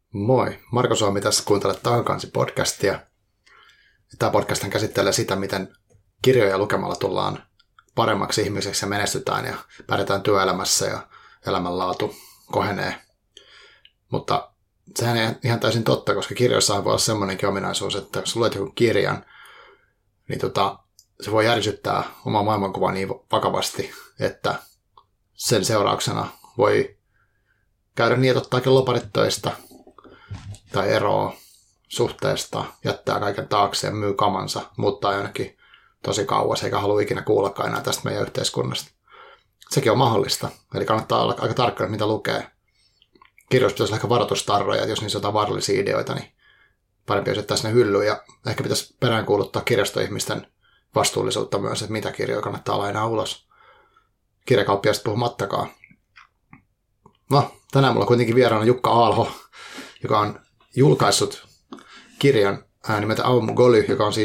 Moi, Marko Suomi tässä, kuuntelet Taakansi-podcastia. Tämä podcast käsittelee sitä, miten kirjoja lukemalla tullaan paremmaksi ihmiseksi ja menestytään ja pärjätään työelämässä ja elämänlaatu kohenee. Mutta sehän ei ihan täysin totta, koska kirjoissa voi olla semmoinenkin ominaisuus, että jos luet joku kirjan, niin se voi järisyttää omaa maailmankuvaa niin vakavasti, että sen seurauksena voi käydä niin, että ottaakin loparit töistä tai eroa suhteesta, jättää kaiken taakse ja myy kamansa, muuttaa jonnekin tosi kauas, eikä halua ikinä kuullakaan enää tästä meidän yhteiskunnasta. Sekin on mahdollista, eli kannattaa olla aika tarkkana, mitä lukee. Kirjoissa pitäisi olla ehkä varoitustarroja, että jos niissä on jotain vaarallisia ideoita, niin parempi olisi jättää sinne hyllyyn, ja ehkä pitäisi peräänkuuluttaa kirjastoihmisten vastuullisuutta myös, että mitä kirjoja kannattaa lainaa ulos. Kirjakauppiaista puhumattakaan. No, tänään mulla on kuitenkin vieraana Jukka Aalho, joka on julkaissut kirjan nimeltä Aum Goly,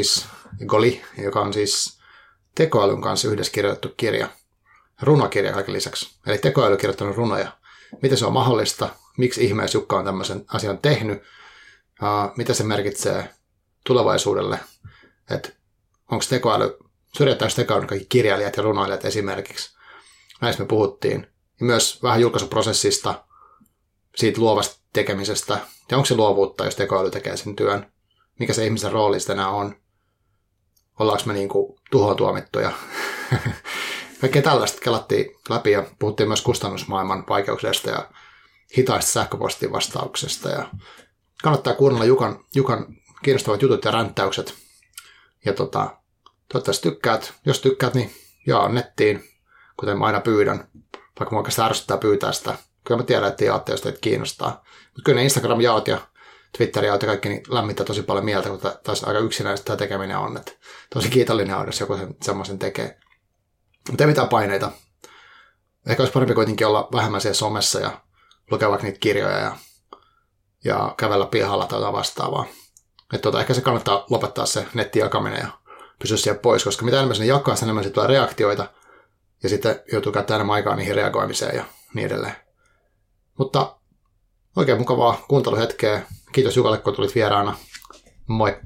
joka on siis tekoälyn kanssa yhdessä kirjoitettu kirja. Runokirja kaiken lisäksi. Eli tekoäly kirjoittanut runoja. Miten se on mahdollista? Miksi ihmeessä Jukka on tämmöisen asian tehnyt? Mitä se merkitsee tulevaisuudelle? Että onko syrjäyttääkö tekoälyn kaikki kirjailijat ja runoilijat esimerkiksi? Näistä me puhuttiin. Ja myös vähän julkaisuprosessista, siitä luovasta tekemisestä. Ja onko se luovuutta, jos tekoäly tekee sen työn? Mikä se ihmisen rooli sitten enää on? Ollaanko me niin kuin tuhoon tuomittuja? Kaikkea tällaista kelattiin läpi ja puhuttiin myös kustannusmaailman vaikeuksista ja hitaista sähköpostin vastauksesta. Ja kannattaa kuunnella Jukan kiinnostavat jutut ja ränttäykset. Ja toivottavasti tykkäät. Jos tykkäät, niin jaa nettiin, kuten mä aina pyydän. Vaikka mua oikeastaan ärsyttää pyytää sitä. Kyllä mä tiedän, että jaatte, jos teitä kiinnostaa. Mutta kyllä ne Instagram-jaot ja Twitter-jaot ja kaikki niin lämmittää tosi paljon mieltä, kun taas aika yksinäistä tämä tekeminen on. Että tosi kiitollinen on, jos joku semmoisen tekee. Mutta ei mitään paineita. Ehkä olisi parempi kuitenkin olla vähemmän siellä somessa ja lukea vaikka niitä kirjoja ja kävellä pihalla tai jotain vastaavaa. Että ehkä se kannattaa lopettaa se nettijakaminen ja pysyä siellä pois, koska mitä enemmän sinne jakaa, sen enemmän siitä tulee reaktioita ja sitten joutuu käyttämään enemmän aikaa niihin reagoimiseen ja niin edelleen. Mutta oikein mukavaa kuunteluhetkeä. Kiitos Jukalle, kun tulit vieraana. Moi.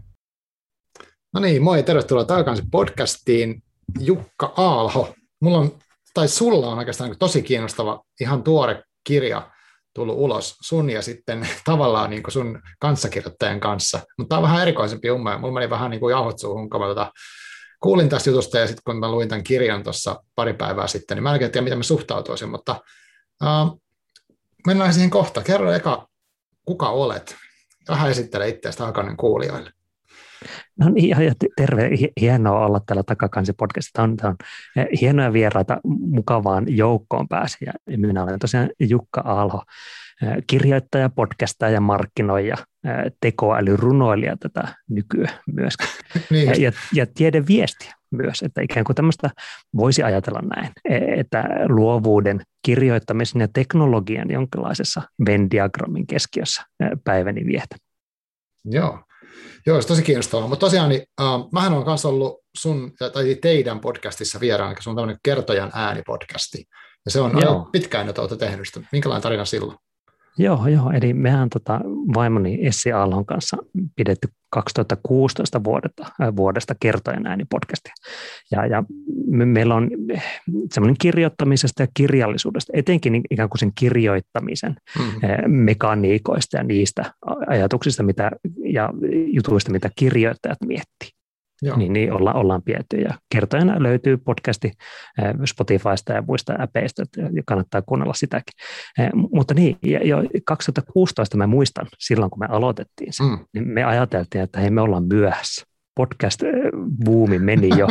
No niin, moi. Tervetuloa Taakansi podcastiin. Jukka Aalho. Sulla on oikeastaan tosi kiinnostava, ihan tuore kirja tullut ulos sun ja sitten tavallaan niin kuin sun kanssakirjoittajan kanssa. Mutta tämä on vähän erikoisempi umma. Mulla meni vähän niin kuin jauhot suuhun, kun mä kuulin tästä jutusta ja sitten kun mä luin tämän kirjan tuossa pari päivää sitten, niin mä en oikein tiedä, miten mä suhtautuisin, mutta mennään siihen kohta. Kerro eka, kuka olet? Vähän esittele itseäsi Takakannin kuulijoille. No niin, ja terve. Hienoa olla täällä Takakansi-podcastissa. Tämä on hienoja vieraita mukavaan joukkoon pääsi. Ja minä olen tosiaan Jukka Aalho, kirjoittaja, podcastaja ja markkinoija, tekoälyrunoilija tätä nykyään myöskin. Niin. Ja tiedeviestiä myös, että ikään kuin tämmöistä voisi ajatella näin, että luovuuden, kirjoittamisen ja teknologian jonkinlaisessa Venn-diagrammin keskiössä päiväni vietän. Joo, se on tosi kiinnostavaa, mutta tosiaan niin, mähän olen kanssa ollut teidän podcastissa vieraana, se on tämmöinen Kertojan ääni-podcasti, ja se on pitkään, jota olette tehnyt sitä. Minkälainen tarina silloin? Joo, eli mehän vaimoni Essi Aallon kanssa pidetty 2016 vuodesta Kertojan ääni-podcastia. Ja meillä on semmoinen kirjoittamisesta ja kirjallisuudesta, etenkin ikään kuin sen kirjoittamisen mekaniikoista ja niistä ajatuksista ja jutuista, mitä kirjoittajat miettii. Niin ollaan pidetty. Ja Kertojana löytyy podcasti Spotifysta ja muista äpeistä, ja kannattaa kuunnella sitäkin. Mutta niin, jo 2016 mä muistan, silloin kun me aloitettiin sen, niin me ajateltiin, että hei, me ollaan myöhässä. Podcast-buumi meni jo.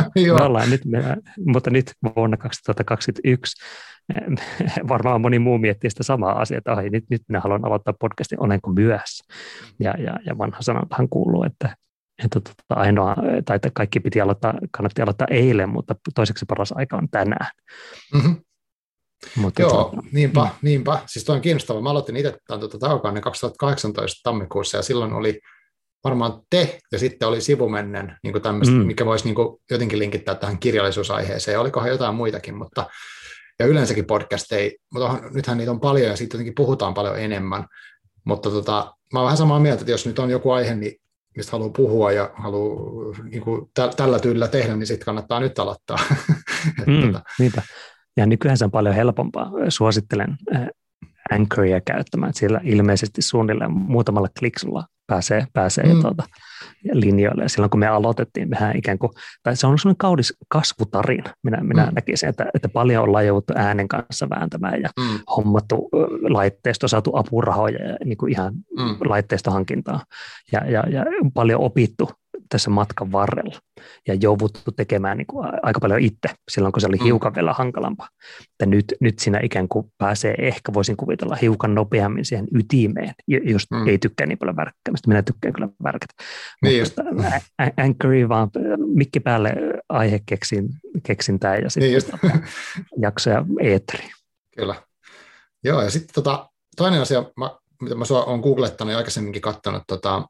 Mutta nyt vuonna 2021 varmaan moni muu miettii sitä samaa asiaa, että nyt minä haluan aloittaa podcastin, olenko myöhässä. Ja vanha sanontahan kuuluu, että ainoa, tai että kaikki kannatti aloittaa eilen, mutta toiseksi paras aika on tänään. Mm-hmm. Mutta niinpä. Siis toi on kiinnostavaa. Mä aloitin itse Takakannin 2018 tammikuussa, ja silloin oli varmaan te, ja sitten oli sivumennen, niin kuin tämmöistä, mikä voisi niin kuin jotenkin linkittää tähän kirjallisuusaiheeseen, ja olikohan jotain muitakin, ja yleensäkin podcasteja, mutta nythän niitä on paljon, ja siitä jotenkin puhutaan paljon enemmän, mutta mä oon vähän samaa mieltä, että jos nyt on joku aihe, niin mistä haluaa puhua ja haluaa niin kuin tällä tyylillä tehdä, niin sitten kannattaa nyt aloittaa. Niinpä. Ja nykyään se on paljon helpompaa. Suosittelen Anchoria käyttämään. Siellä ilmeisesti suunnilleen muutamalla kliksulla pääsee linjoille. Ja silloin kun me aloitettiin, mehän ikään kuin, tai se on sellainen kaunis kasvutarina. Minä näkisin, että paljon ollaan jouduttu äänen kanssa vääntämään ja hommattu laitteisto, saatu apurahoja ja niin kuin ihan laitteistohankintaa ja paljon opittu tässä matkan varrella ja jouduttu tekemään niin kuin aika paljon itse silloin, kun se oli hiukan vielä hankalampaa. Että nyt siinä ikään kuin pääsee ehkä, voisin kuvitella, hiukan nopeammin siihen ytimeen, jos ei tykkää niin paljon värkkäämistä. Minä tykkään kyllä värkätä. Niin mutta Anchori vaan mikki päälle aihe keksintää ja sitten jaksoja eetteri. Kyllä. Joo, ja sitten toinen asia, mitä mä olen googlettanut ja aikaisemminkin katsonut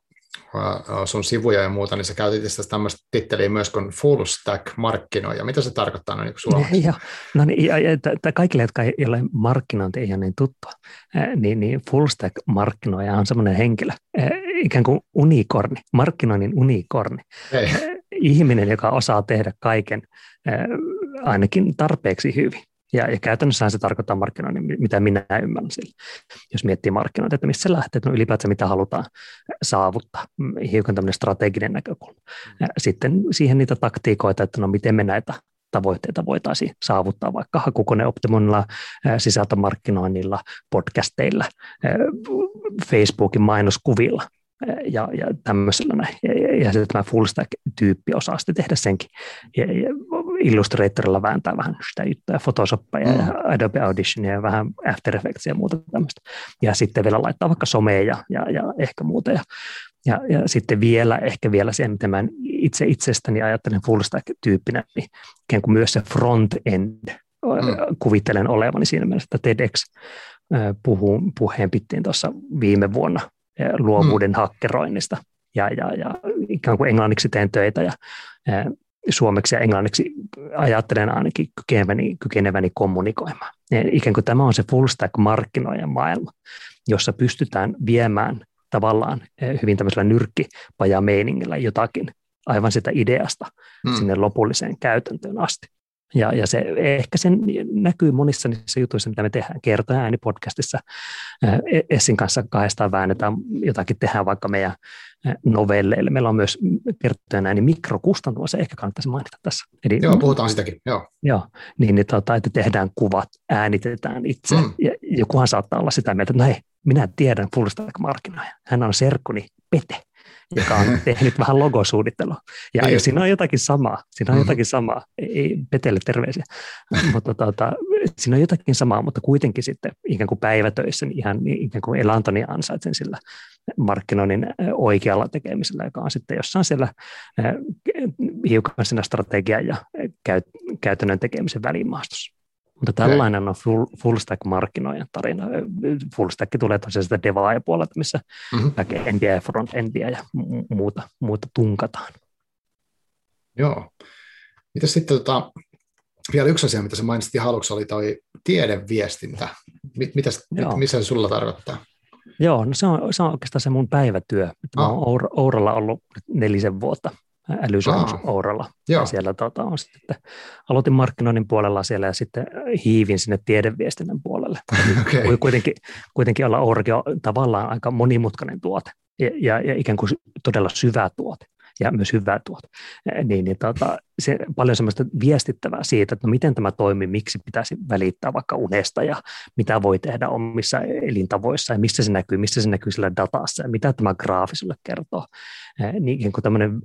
sun sivuja ja muuta, niin sä käytit tämmöistä titteliä myös kuin full stack markkinoija. Mitä se tarkoittaa noin suomeksi? Joo, no niin, ja kaikille, jotka ei ole markkinointi ei ole niin tuttua, niin full stack markkinoija on semmoinen henkilö, ikään kuin unikorni, markkinoinnin unikorni. Ihminen, joka osaa tehdä kaiken ainakin tarpeeksi hyvin. Ja käytännössähän se tarkoittaa markkinoinnin, mitä minä ymmärrän sillä. Jos miettii markkinointia, että mistä se lähtee, että ylipäätään mitä halutaan saavuttaa, hiukan tämmöinen strateginen näkökulma. Sitten siihen niitä taktiikoita, että no miten me näitä tavoitteita voitaisiin saavuttaa vaikka hakukoneoptimoinnilla, sisältömarkkinoinnilla, podcasteilla, Facebookin mainoskuvilla ja tämmöisellä näin. Ja sitten tämä full stack-tyyppi osaa sitten tehdä senkin. Ja Illustratorilla vääntää vähän sitä juttuja, Photoshopia ja Adobe Auditionia ja vähän After Effectsia ja muuta tämmöistä. Ja sitten vielä laittaa vaikka somea ja ehkä muuta. Ja sitten ehkä vielä siihen, miten mä itsestäni ajattelen full stack-tyyppinä, niin ikään kuin myös se front-end kuvittelen olevani siinä mielessä, että TEDx puheen pittiin tuossa viime vuonna luovuuden hakkeroinnista ja ikään kuin englanniksi teen töitä ja suomeksi ja englanniksi ajattelen ainakin kykeneväni kommunikoimaan. Ja ikään kuin tämä on se full stack markkinoijan maailma, jossa pystytään viemään tavallaan hyvin tämmöisellä nyrkkipajameiningillä jotakin aivan sitä ideasta sinne lopulliseen käytäntöön asti. Ja se ehkä sen näkyy monissa niissä jutuissa, mitä me tehdään. Kertoja äänipodcastissa Essin kanssa kahdestaan väännetään jotakin, tehdään vaikka meidän novelleille. Meillä on myös kertoja ääni mikrokustantuma, se ehkä kannattaisi mainita tässä. Eli, joo, puhutaan sitäkin. Joo, että tehdään kuvat, äänitetään itse. Ja jokuhan saattaa olla sitä mieltä, että no hei, minä tiedän full stack markkinoja. Hän on serkkuni Pete, joka on tehnyt vähän logosuunnittelua. Ja siinä on jotakin samaa. Ei Petelle terveisiä. Mutta siinä on jotakin samaa, mutta kuitenkin sitten ikään kuin päivätöissä niin ihan ikään kuin elantoni ansaitsen sillä markkinoinnin oikealla tekemisellä, joka on sitten jossain siellä hiukan siinä strategian ja käytännön tekemisen välimaastossa. Mutta tällainen on full stack markkinoijan tarina. Full stack tulee tosiaan sitä devaaja-puolelta, missä backendia ja frontendia ja muuta tunkataan. Joo. Mitäs sitten vielä yksi asia, mitä sä mainitsit aluksi, oli toi tiedeviestintä. Mitä se sulla tarkoittaa? Joo, no se on oikeastaan se mun päivätyö. Mä oon Ouralla ollut 4 vuotta. Älysopimus Ouralla. Ja siellä on sitten, aloitin markkinoinnin puolella siellä ja sitten hiivin sinne tiedeviestinnän puolelle. Okay. Kuitenkin olla Ourakin on tavallaan aika monimutkainen tuote ja ikään kuin todella syvä tuote ja myös hyvä tuote. Se paljon semmoista viestittävää siitä, että no miten tämä toimii, miksi pitäisi välittää vaikka unesta ja mitä voi tehdä omissa elintavoissa ja missä se näkyy sillä datassa ja mitä tämä graafisulle kertoo. Niin ikään kuin tämmöinen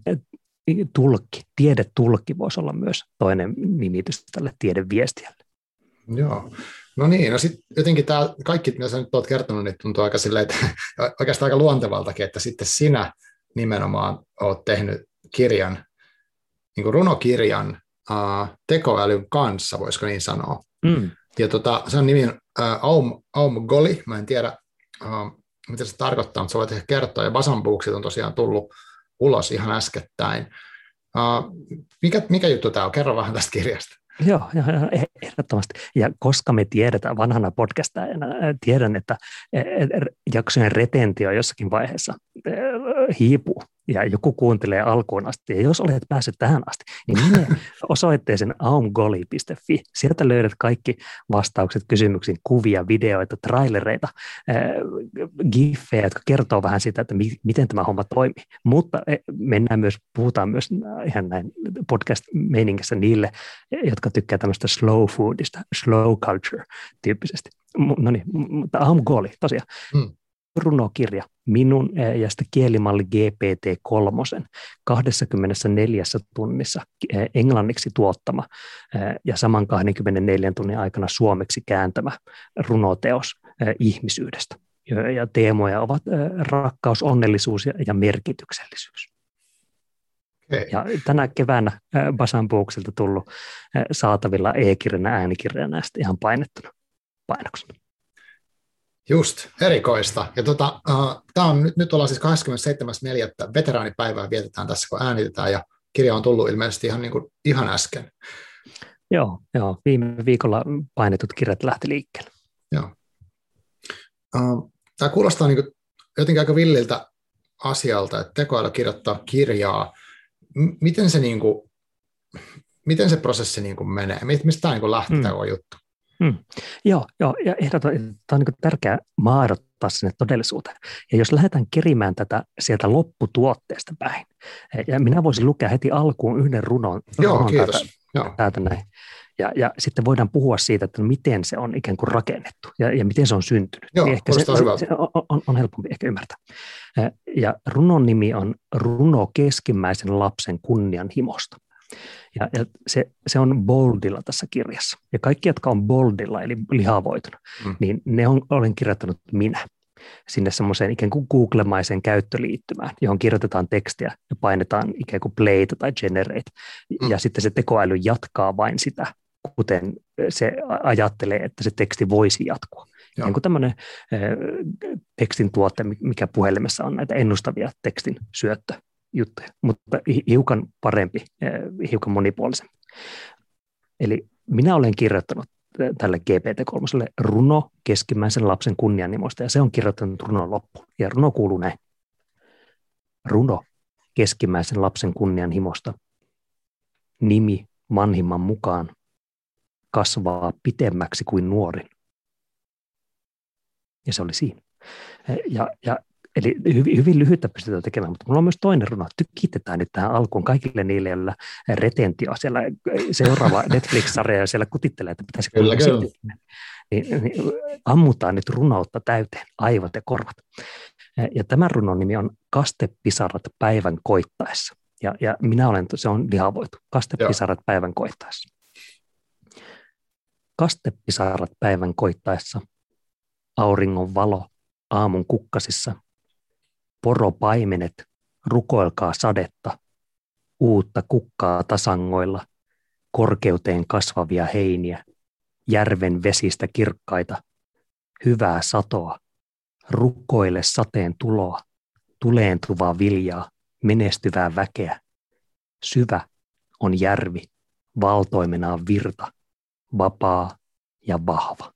tiedetulkki voisi olla myös toinen nimitys tälle tiedeviestiälle. Joo, no niin, no sitten jotenkin tämä kaikki, mitä sä nyt olet kertonut, niin tuntuu aika silleen, että oikeastaan aika luontevaltakin, että sitten sinä nimenomaan olet tehnyt kirjan, niin kuin runokirjan tekoälyn kanssa, voisiko niin sanoa. Ja sen nimi on Aumgoli, mä en tiedä, mitä se tarkoittaa, mutta sä voit ehkä kertoa, ja Basan-booksit on tosiaan tullut ulos ihan äskettäin. Mikä juttu tämä on? Kerro vähän tästä kirjasta. Joo, ehdottomasti. Ja koska me tiedetään vanhana podcastajana, tiedän, että jaksojen retentio jossakin vaiheessa hiipuu ja joku kuuntelee alkuun asti. Ja jos olet päässyt tähän asti, niin mene osoitteeseen aumgoli.fi. Sieltä löydät kaikki vastaukset kysymyksiin, kuvia, videoita, trailereita, giffejä, jotka kertoo vähän siitä, että miten tämä homma toimii. Mutta puhutaan myös ihan näin podcast-meiningissä niille, jotka tykkää tämmöistä slow foodista, slow culture tyyppisesti. No niin, mutta aamugoli tosiaan. Runokirja, minun ja sitten kielimalli GPT-3, 24 tunnissa englanniksi tuottama ja saman 24 tunnin aikana suomeksi kääntämä runoteos ihmisyydestä. Ja teemoja ovat rakkaus, onnellisuus ja merkityksellisyys. Okay. Ja tänä keväänä Basan Booksilta tullut saatavilla e-kirjana, äänikirjana ja sitten ihan painettuna painoksena. Just, erikoista. Ja tämä on nyt ollaan siis 27.4. veteraanipäivää vietetään tässä, kun äänitetään, ja kirja on tullut ilmeisesti ihan äsken. Joo, viime viikolla painetut kirjat lähti liikkeelle. Joo. Tämä kuulostaa jotenkin aika villiltä asialta, että tekoäly kirjoittaa kirjaa. Miten se prosessi menee? Mistä tämä lähtee tämä juttu? Joo, ja ehdotan, tämä on tärkeää maadottaa sinne todellisuuteen. Ja jos lähdetään kerimään tätä sieltä lopputuotteesta päin, ja minä voisin lukea heti alkuun yhden runon täältä näin. Ja sitten voidaan puhua siitä, että miten se on ikään kuin rakennettu ja miten se on syntynyt. Joo, ehkä se on helpompi ehkä ymmärtää. Ja runon nimi on Runo keskimmäisen lapsen kunnianhimosta. Ja se on boldilla tässä kirjassa. Ja kaikki, jotka on boldilla, eli lihavoituna, niin olen kirjoittanut minä sinne semmoiseen ikään kuin Google-maiseen käyttöliittymään, johon kirjoitetaan tekstiä ja painetaan ikään kuin playta tai generate. Ja sitten se tekoäly jatkaa vain sitä, kuten se ajattelee, että se teksti voisi jatkua. Joo. Niin kuin tämmöinen tekstin tuote, mikä puhelimessa on näitä ennustavia tekstin syöttöjuttuja, mutta hiukan parempi, hiukan monipuolisempi. Eli minä olen kirjoittanut tälle GPT-3 runo keskimmäisen lapsen kunnianhimosta, ja se on kirjoittanut runon loppuun. Ja runo kuuluu näin. Runo keskimmäisen lapsen kunnianhimosta. Nimi vanhimman mukaan kasvaa pitemmäksi kuin nuorin. Ja se oli siinä. Eli hyvin lyhyttä pystytään tekemään, mutta mulla on myös toinen runo. Kiitetään nyt tähän alkuun kaikille niille, joilla retentio siellä seuraava Netflix-sarja siellä kutittelee, että pitäisikö niin ammutaan nyt runoutta täyteen, aivot ja korvat. Ja tämän runon nimi on Kastepisarat päivän koittaessa. Ja se on lihavoitu. Kastepisarat päivän koittaessa. Kastepisarat päivän koittaessa, auringon valo aamun kukkasissa, poropaimenet, rukoilkaa sadetta, uutta kukkaa tasangoilla, korkeuteen kasvavia heiniä, järven vesistä kirkkaita, hyvää satoa, rukoile sateen tuloa, tuleentuvaa viljaa, menestyvää väkeä. Syvä on järvi, valtoimenaan virta, vapaa ja vahva.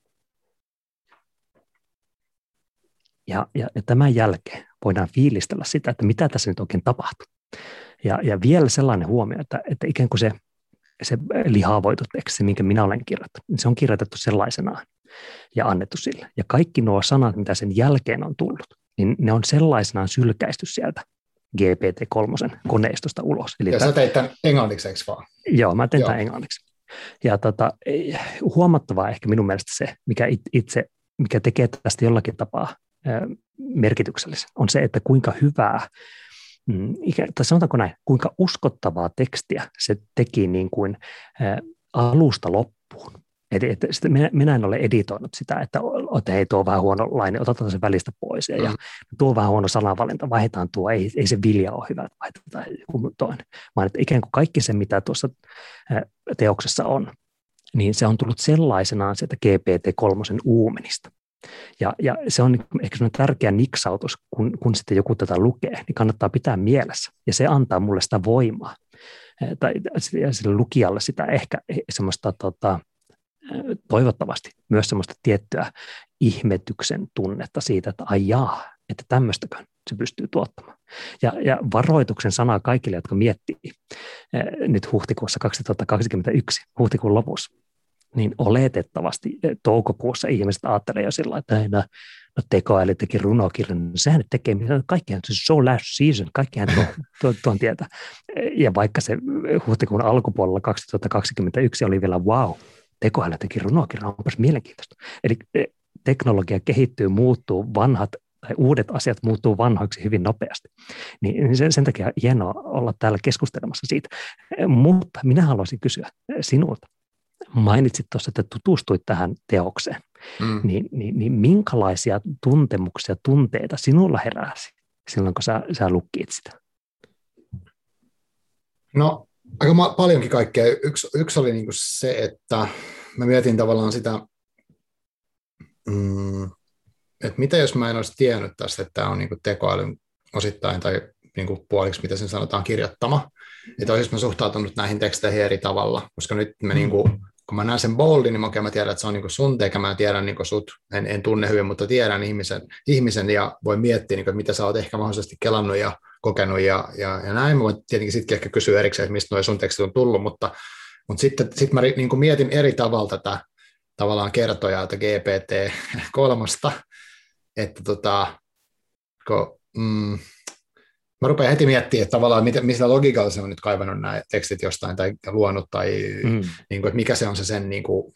Ja tämän jälkeen voidaan fiilistellä sitä, että mitä tässä nyt oikein tapahtuu. Ja vielä sellainen huomio, että ikään kuin se lihavoitu teksti, minkä minä olen kirjoittanut, niin se on kirjoitettu sellaisenaan ja annettu sille. Ja kaikki nuo sanat, mitä sen jälkeen on tullut, niin ne on sellaisenaan sylkäisty sieltä GPT-3 koneistosta ulos. Eli sä teit tämän englanniksi, eikö vaan? Joo, mä tein tämän englanniksi. Ja huomattavaa ehkä minun mielestä se, mikä tekee tästä jollakin tapaa merkityksellisen, on se, että kuinka hyvää, tai sanotaanko näin, kuinka uskottavaa tekstiä se teki niin kuin alusta loppuun. Että minä en ole editoinut sitä, että hei, tuo on vähän huonolainen, otetaan se välistä pois, ja tuo on vähän huono sanavalinta, vaihdetaan tuo, ei se vilja ole hyvä, vaihdetaan joku toinen. Vaan että ikään kuin kaikki se, mitä tuossa teoksessa on, niin se on tullut sellaisenaan sieltä GPT-3 uumenista. Ja se on ehkä sellainen tärkeä niksautus, kun sitten joku tätä lukee, niin kannattaa pitää mielessä. Ja se antaa mulle sitä voimaa. tai sille lukijalle sitä ehkä semmoista toivottavasti myös semmoista tiettyä ihmetyksen tunnetta siitä, että ai jaa, että tämmöistäkään se pystyy tuottamaan. Ja varoituksen sanaa kaikille, jotka miettii nyt huhtikuussa 2021, huhtikuun lopussa, niin oletettavasti toukokuussa ihmiset ajattelee jo sillä, että no tekoäly teki runokirjan, no sehän nyt tekee, kaikkihan se so last season, kaikkihan tuon tietää. Ja vaikka se huhtikuun alkupuolella 2021 oli vielä wow, tekoäly teki runokirjan, onpas mielenkiintoista. Eli teknologia kehittyy, muuttuu, vanhat tai uudet asiat muuttuu vanhoiksi hyvin nopeasti. Niin sen takia hienoa olla täällä keskustelemassa siitä. Mutta minä haluaisin kysyä sinulta. Mainitsit tuossa, että tutustuit tähän teokseen. Niin minkälaisia tuntemuksia, tunteita sinulla heräsi silloin, kun sä lukkit sitä? No, aika paljonkin kaikkea. Yksi oli niinku se, että mä mietin tavallaan sitä, että mitä jos mä en olisi tiennyt tästä, että tämä on niinku tekoälyn osittain tai niinku puoliksi, mitä sen sanotaan, kirjoittama. Että olisin mä suhtautunut näihin teksteihin eri tavalla, koska nyt me niinku, kun mä näen sen boldin, niin mä tiedän, että se on niinku sun tekemä, mä tiedän niinku sut, en tunne hyvin, mutta tiedän ihmisen ja voin miettiä, niinku, mitä sä oot ehkä mahdollisesti kelannut ja kokenut ja näin. Mä voin tietenkin sittenkin ehkä kysyä erikseen, että mistä nuo sun tekstit on tullut, mutta sitten mä niinku mietin eri tavalla tätä tavallaan kertojaa, että GPT-3, että mä rupean heti miettimään, että tavallaan mistä logiikalla se on nyt kaivannut nämä tekstit jostain tai luonut, tai niin kuin, että mikä se on se sen, niin kuin,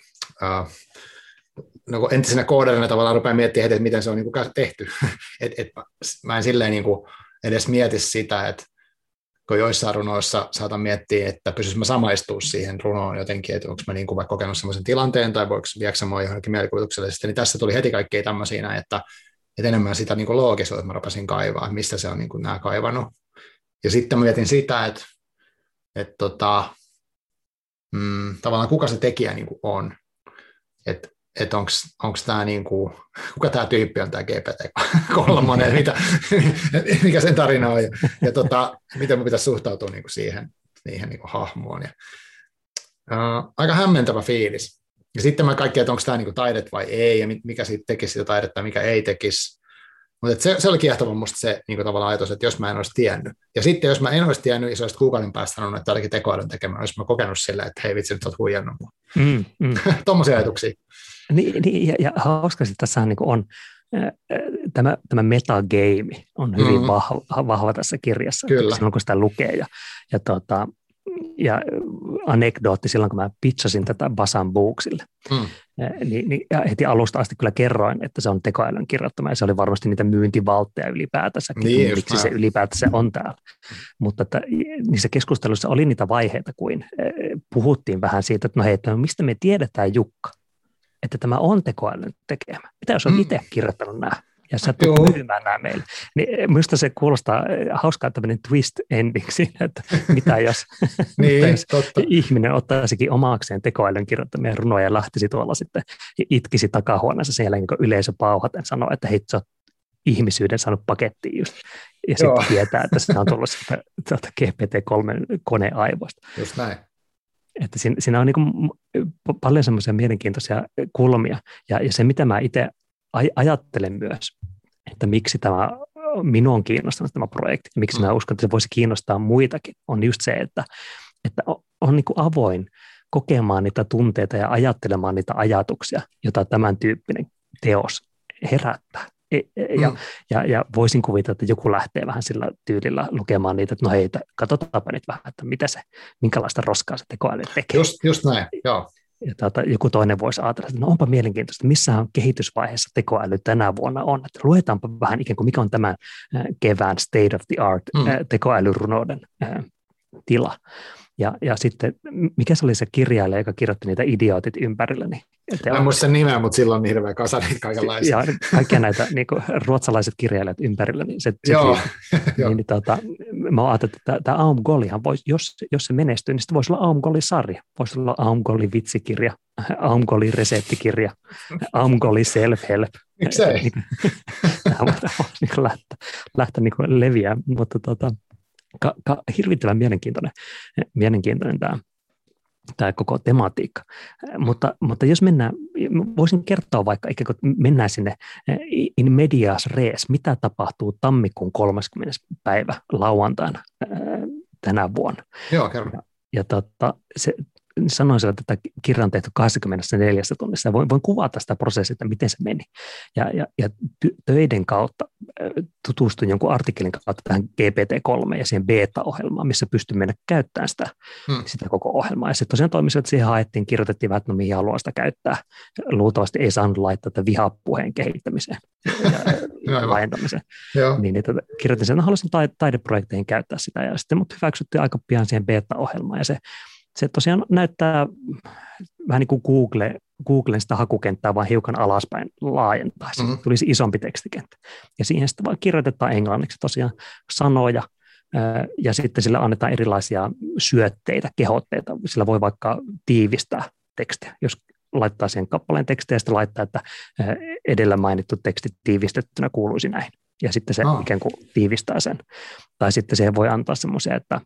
no, entisenä koodarina tavallaan rupean miettimään heti, että miten se on niin kuin tehty. Mä en silleen niin kuin edes mieti sitä, että kun joissain runoissa saatan miettiä, että pystyisin mä samaistua siihen runoon jotenkin, että onko mä niin kuin vaikka kokenut sellaisen tilanteen, tai viekö se mua johonkin mielikuvituksellisesti, niin tässä tuli heti kaikkea tämmöisiä, että enemmän sitä niin kuin loogisuutta mä rupesin kaivaa, mistä se on niin kuin nämä kaivannut. Ja sitten mä mietin sitä, että tavallaan kuka se tekijä niin kuin on. Että onko tämä niin kuin, kuka tämä tyyppi on tämä GPT-3, mikä sen tarina on, ja miten mä pitäisi suhtautua niin kuin siihen niin kuin hahmoon. Ja, aika hämmentävä fiilis. Ja sitten mä kaikki, että onko tämä niinku taidet vai ei, ja mikä siitä tekisi sitä taidetta, mikä ei tekisi. Mutta se oli kiehtova musta se niinku tavallaan ajatus, että jos mä en olisi tiennyt. Ja sitten jos mä en olisi tiennyt, ja se olisi kuukauden päästä sanonut, että tämä olikin tekoälyn tekemään, olisi mä kokenut silleen, että hei vitsi, nyt olet huijannut mua. Tuommoisia ajatuksia. Niin, ja hauskasti tässä niinku on, tämä metagame on hyvin vahva tässä kirjassa, silloin kun sitä lukee. Ja anekdootti silloin, kun mä pitchasin tätä Basan Booksille, niin heti alusta asti kyllä kerroin, että se on tekoälyn kirjoittama, ja se oli varmasti niitä myyntivaltteja ylipäätänsä, miksi se ylipäätänsä on täällä. Mutta että niissä keskusteluissa oli niitä vaiheita, kuin puhuttiin vähän siitä, että no hei, että mistä me tiedetään, Jukka, että tämä on tekoälyn tekemä. Mitä jos on itse kirjoittanut nämä? Ja sä tulet myymään nämä meille. Niin minusta se kuulostaa hauskaa tämmöinen twist endiksi, että mitä jos, ihminen ottaisikin omakseen tekoälyn kirjoittamia runoja ja lähtisi tuolla sitten ja itkisi takahuoneessa sen jälkeen, kun yleisö pauhaten sanoo, että hei, sä oot ihmisyyden saanut pakettiin just. Ja sitten tietää, että se on tullut sieltä GPT-3 koneaivoista. Just näin. Että siinä on niin paljon semmoisia mielenkiintoisia kulmia. Ja se, mitä mä itse ajattelen myös, että miksi tämä minua on kiinnostanut tämä projekti, miksi mä uskon, että se voisi kiinnostaa muitakin, on just se, että on niin kuin avoin kokemaan niitä tunteita ja ajattelemaan niitä ajatuksia, joita tämän tyyppinen teos herättää. Ja voisin kuvitella, että joku lähtee vähän sillä tyylillä lukemaan niitä, että no hei, katsotaanpa nyt vähän, että minkälaista roskaa se tekoäly tekee. Just näin, joo. Ja joku toinen voisi ajatella, että no onpa mielenkiintoista, missä kehitysvaiheessa tekoäly tänä vuonna on. Että luetaanpa vähän ikään kuin mikä on tämän kevään state of the art tekoälyrunouden tila. Ja sitten, mikä se oli se kirjailija, joka kirjoitti niitä idiootit ympärilläni? Mä en muista sen nimeä, mutta silloin on niin hirveä kasa niitä kaikenlaisia. Ja kaikkia näitä niin kuin, ruotsalaiset kirjailijat ympärilläni. Mä ajattelin, että tämä Aumgolihan voisi, jos se menestyy, niin sitten voisi olla Aumgoli-sarja. Voisi olla Aumgoli-vitsikirja, Aumgoli-reseptikirja, Aumgoli self-help. Miksei? Tämä voisi lähteä niin leviää, mutta hirvittävän mielenkiintoinen tämä koko tematiikka. Mutta jos voisin kertoa vaikka ikään kuin mennään sinne in medias res, mitä tapahtuu tammikuun 30. päivä lauantaina tänä vuonna. Joo, kerro. Ja sanoisin, että tätä kirja on tehty 24 tunnissa. Voin kuvata sitä prosessia, että miten se meni. Ja töiden kautta tutustuin jonkun artikkelin kautta tähän GPT-3 ja siihen beta-ohjelmaan, missä pystyn mennä käyttämään sitä koko ohjelmaa. Ja se tosiaan toimisi, että siihen haettiin, kirjoitettiin vähän, että no mihin haluaa sitä käyttää. Luultavasti ei saanut laittaa tätä vihapuheen kehittämiseen ja laajentamiseen. Niin kirjoitin sen, että haluaisin taideprojekteihin käyttää sitä. Ja sitten mut hyväksyttiin aika pian siihen beta-ohjelmaan. Ja se tosiaan näyttää vähän niin kuin Googlen sitä hakukenttää vaan hiukan alaspäin laajentaisi. Tulisi isompi tekstikenttä. Ja siihen sitten vaan kirjoitetaan englanniksi tosiaan sanoja, ja sitten sillä annetaan erilaisia syötteitä, kehotteita. Sillä voi vaikka tiivistää tekstiä. Jos laittaa siihen kappaleen tekstiä ja sitten laittaa, että edellä mainittu teksti tiivistettynä kuuluisi näin. Ja sitten se ikään kuin tiivistää sen. Tai sitten siihen voi antaa semmoisia, että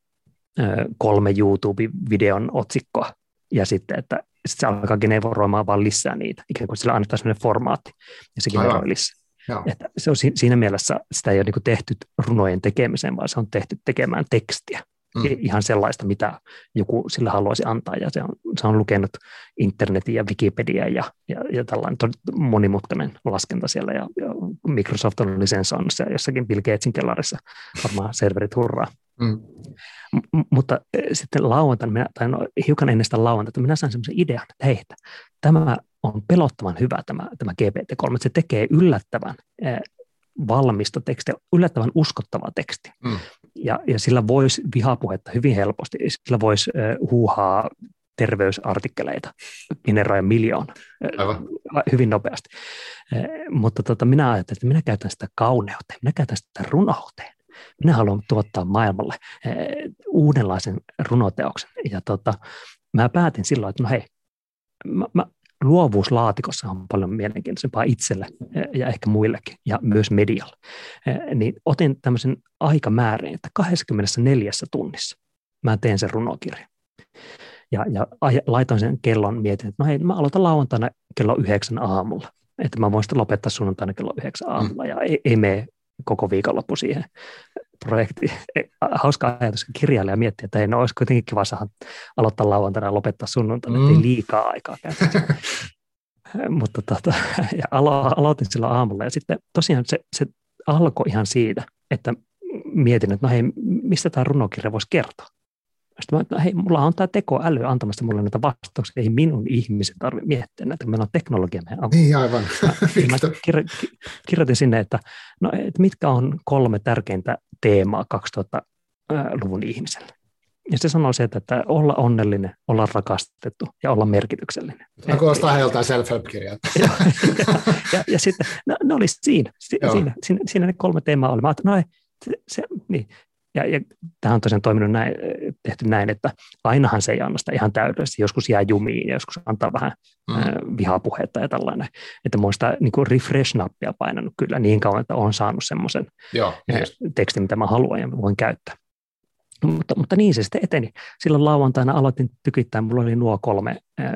3 YouTube-videon otsikkoa, ja sitten, että se alkaa generoimaan vaan lisää niitä, ikään kuin sillä annetaan sellainen formaatti, ja se generoi lisää. Että se on siinä mielessä, sitä ei ole niin tehty runojen tekemiseen, vaan se on tehty tekemään tekstiä. Ihan sellaista, mitä joku sillä haluaisi antaa, ja se on lukenut internetin ja Wikipedia ja tällainen monimutkainen laskenta siellä, ja Microsoft on lisensoinut se jossakin Bill Gatesin kellarissa, varmaan serverit hurraa. Mutta sitten lauantaina, hiukan ennen sitä lauantaina, minä sain semmoisen idean, että hei, tämä on pelottavan hyvä tämä GPT-3, että se tekee yllättävän valmista tekstiä, yllättävän uskottavaa tekstiä. Ja sillä voisi vihapuhetta hyvin helposti, sillä voisi huuhaa terveysartikkeleita, generoida miljoona hyvin nopeasti. Mutta minä ajattelin, että minä käytän sitä kauneuteen, minä käytän sitä runouteen. Minä haluan tuottaa maailmalle uudenlaisen runoteoksen. Ja mä päätin silloin, että no hei, luovuuslaatikossa on paljon mielenkiintoisempaa itselle ja ehkä muillekin ja myös medialle. Niin otin tämmöisen aikamääreen, että 24 tunnissa mä teen sen runokirjan. Ja laitoin sen kellon, mietin, että no hei, mä aloitan lauantaina kello 9 aamulla. Että mä voin sitten lopettaa sunnuntaina kello 9 aamulla ja ei mene koko viikonloppu siihen projektiin. Hauska ajatus, kun kirjailija miettii, että ei, no olisi kuitenkin kiva saada aloittaa lauantaina ja lopettaa sunnuntaina, ettei liikaa aikaa käytä. Mutta ja aloitin silloin aamulla ja sitten tosiaan se alkoi ihan siitä, että mietin, että no hei, mistä tämä runokirja voisi kertoa. Sitten mä, että hei, mulla on tämä tekoäly antamasta mulle näitä vastauksia, ei minun ihmisen tarvitse miettiä näitä, meillä on teknologia meidän avulla. Niin, aivan. Mä kirjoitin sinne, että mitkä on 3 tärkeintä teemaa 2000-luvun ihmiselle. Ja se sanoo se, että olla onnellinen, olla rakastettu ja olla merkityksellinen. Tämä kuulostaa joltain self-help-kirjaa. ja sitten, ne oli siinä ne 3 teemaa oli. Mä ajattelin, niin. Ja tämä on tosiaan toiminut tehty näin, että ainahan se ei anna sitä ihan täydellisesti. Joskus jää jumiin ja joskus antaa vähän vihapuhetta ja tällainen. Että mä oon sitä niin refresh-nappia painanut kyllä niin kauan, että olen saanut semmoisen tekstin, mitä mä haluan ja voin käyttää. Mutta niin se sitten eteni. Silloin lauantaina aloitin tykittää, mulla oli nuo 3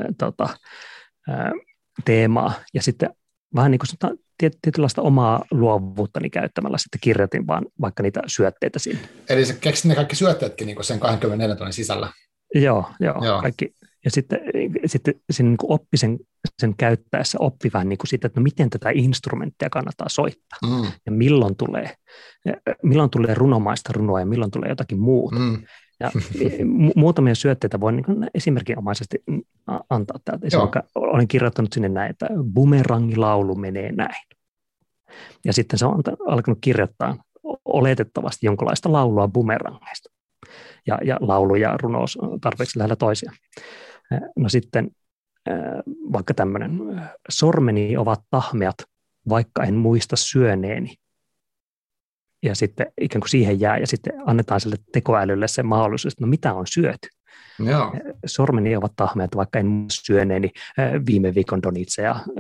teemaa ja sitten vähän niin kuin tietynlaista omaa luovuuttani käyttämällä sitten kirjoitin vaan vaikka niitä syötteitä sinne. Eli sä keksit ne kaikki syötteetkin niin sen 24 tunnin sisällä? Joo. Kaikki. Ja sitten siinä niin oppi sen käyttäessä oppi vähän niin kuin siitä, että no miten tätä instrumenttia kannattaa soittaa ja milloin tulee runomaista runoa ja milloin tulee jotakin muuta. Ja muutamia syötteitä voin niin esimerkinomaisesti antaa täältä. Olen kirjoittanut sinne näin, että bumerangilaulu menee näin. Ja sitten se on alkanut kirjoittaa oletettavasti jonkinlaista laulua bumerangeista. Ja laulu ja runous on tarpeeksi lähellä toisiaan. No sitten vaikka tämmöinen, sormeni ovat tahmeat, vaikka en muista syöneeni. Ja sitten ikään kuin siihen jää, ja sitten annetaan sille tekoälylle se mahdollisuus, että no mitä on syöty. Joo. Sormeni ovat tahmeat, vaikka en syöneeni viime viikon donitseja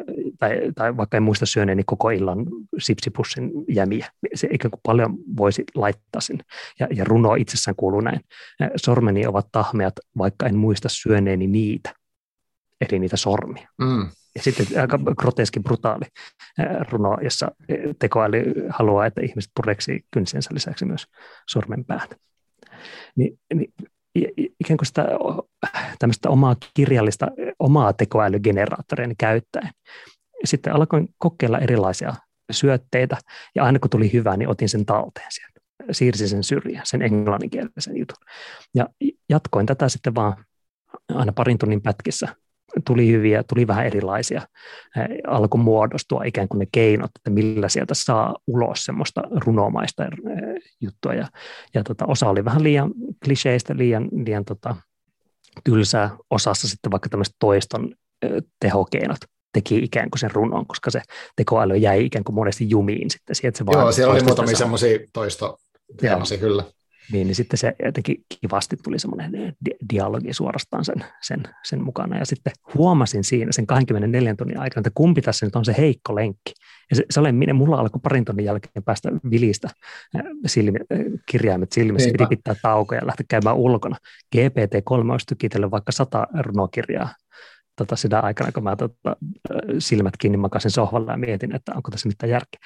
tai vaikka en muista syöneeni koko illan sipsipussin jämiä. Se ikään kuin paljon voisi laittaa sinne. Ja runo itsessään kuuluu näin. Sormeni ovat tahmeat, vaikka en muista syöneeni niitä. Eli niitä sormia. Ja sitten aika groteski brutaali runo, jossa tekoäly haluaa, että ihmiset pureksii kynsiensä lisäksi myös sormenpäät. Niin, ikään kuin sitä tämmöistä omaa kirjallista, omaa tekoälygeneraattoria käyttäen. Sitten alkoin kokeilla erilaisia syötteitä, ja aina kun tuli hyvä, niin otin sen talteen sieltä. Siirsin sen syrjään, sen englanninkielisen jutun. Ja jatkoin tätä sitten vaan aina parin tunnin pätkissä. Tuli hyviä, tuli vähän erilaisia. Alkoi muodostua ikään kuin ne keinot, että millä sieltä saa ulos semmoista runomaista juttua. Ja osa oli vähän liian kliseistä, liian tylsää. Osassa sitten vaikka tämmöiset toiston tehokeinot teki ikään kuin sen runon, koska se tekoäly jäi ikään kuin monesti jumiin sitten. Joo, siellä oli muutamia semmoisia toistoteemaisia kyllä. Niin sitten se jotenkin kivasti tuli semmoinen dialogi suorastaan sen mukana. Ja sitten huomasin siinä sen 24 tunnin aikana, että kumpi tässä nyt on se heikko lenkki. Ja se oli, mulla alkoi parin tunnin jälkeen päästä vilistä kirjaimet silmissä, piti pitää taukoja ja lähteä käymään ulkona. GPT-3 olisi tykitellyt vaikka 100 runokirjaa sitä aikana, kun mä silmät kiinni makasin sohvalla ja mietin, että onko tässä mitään järkeä.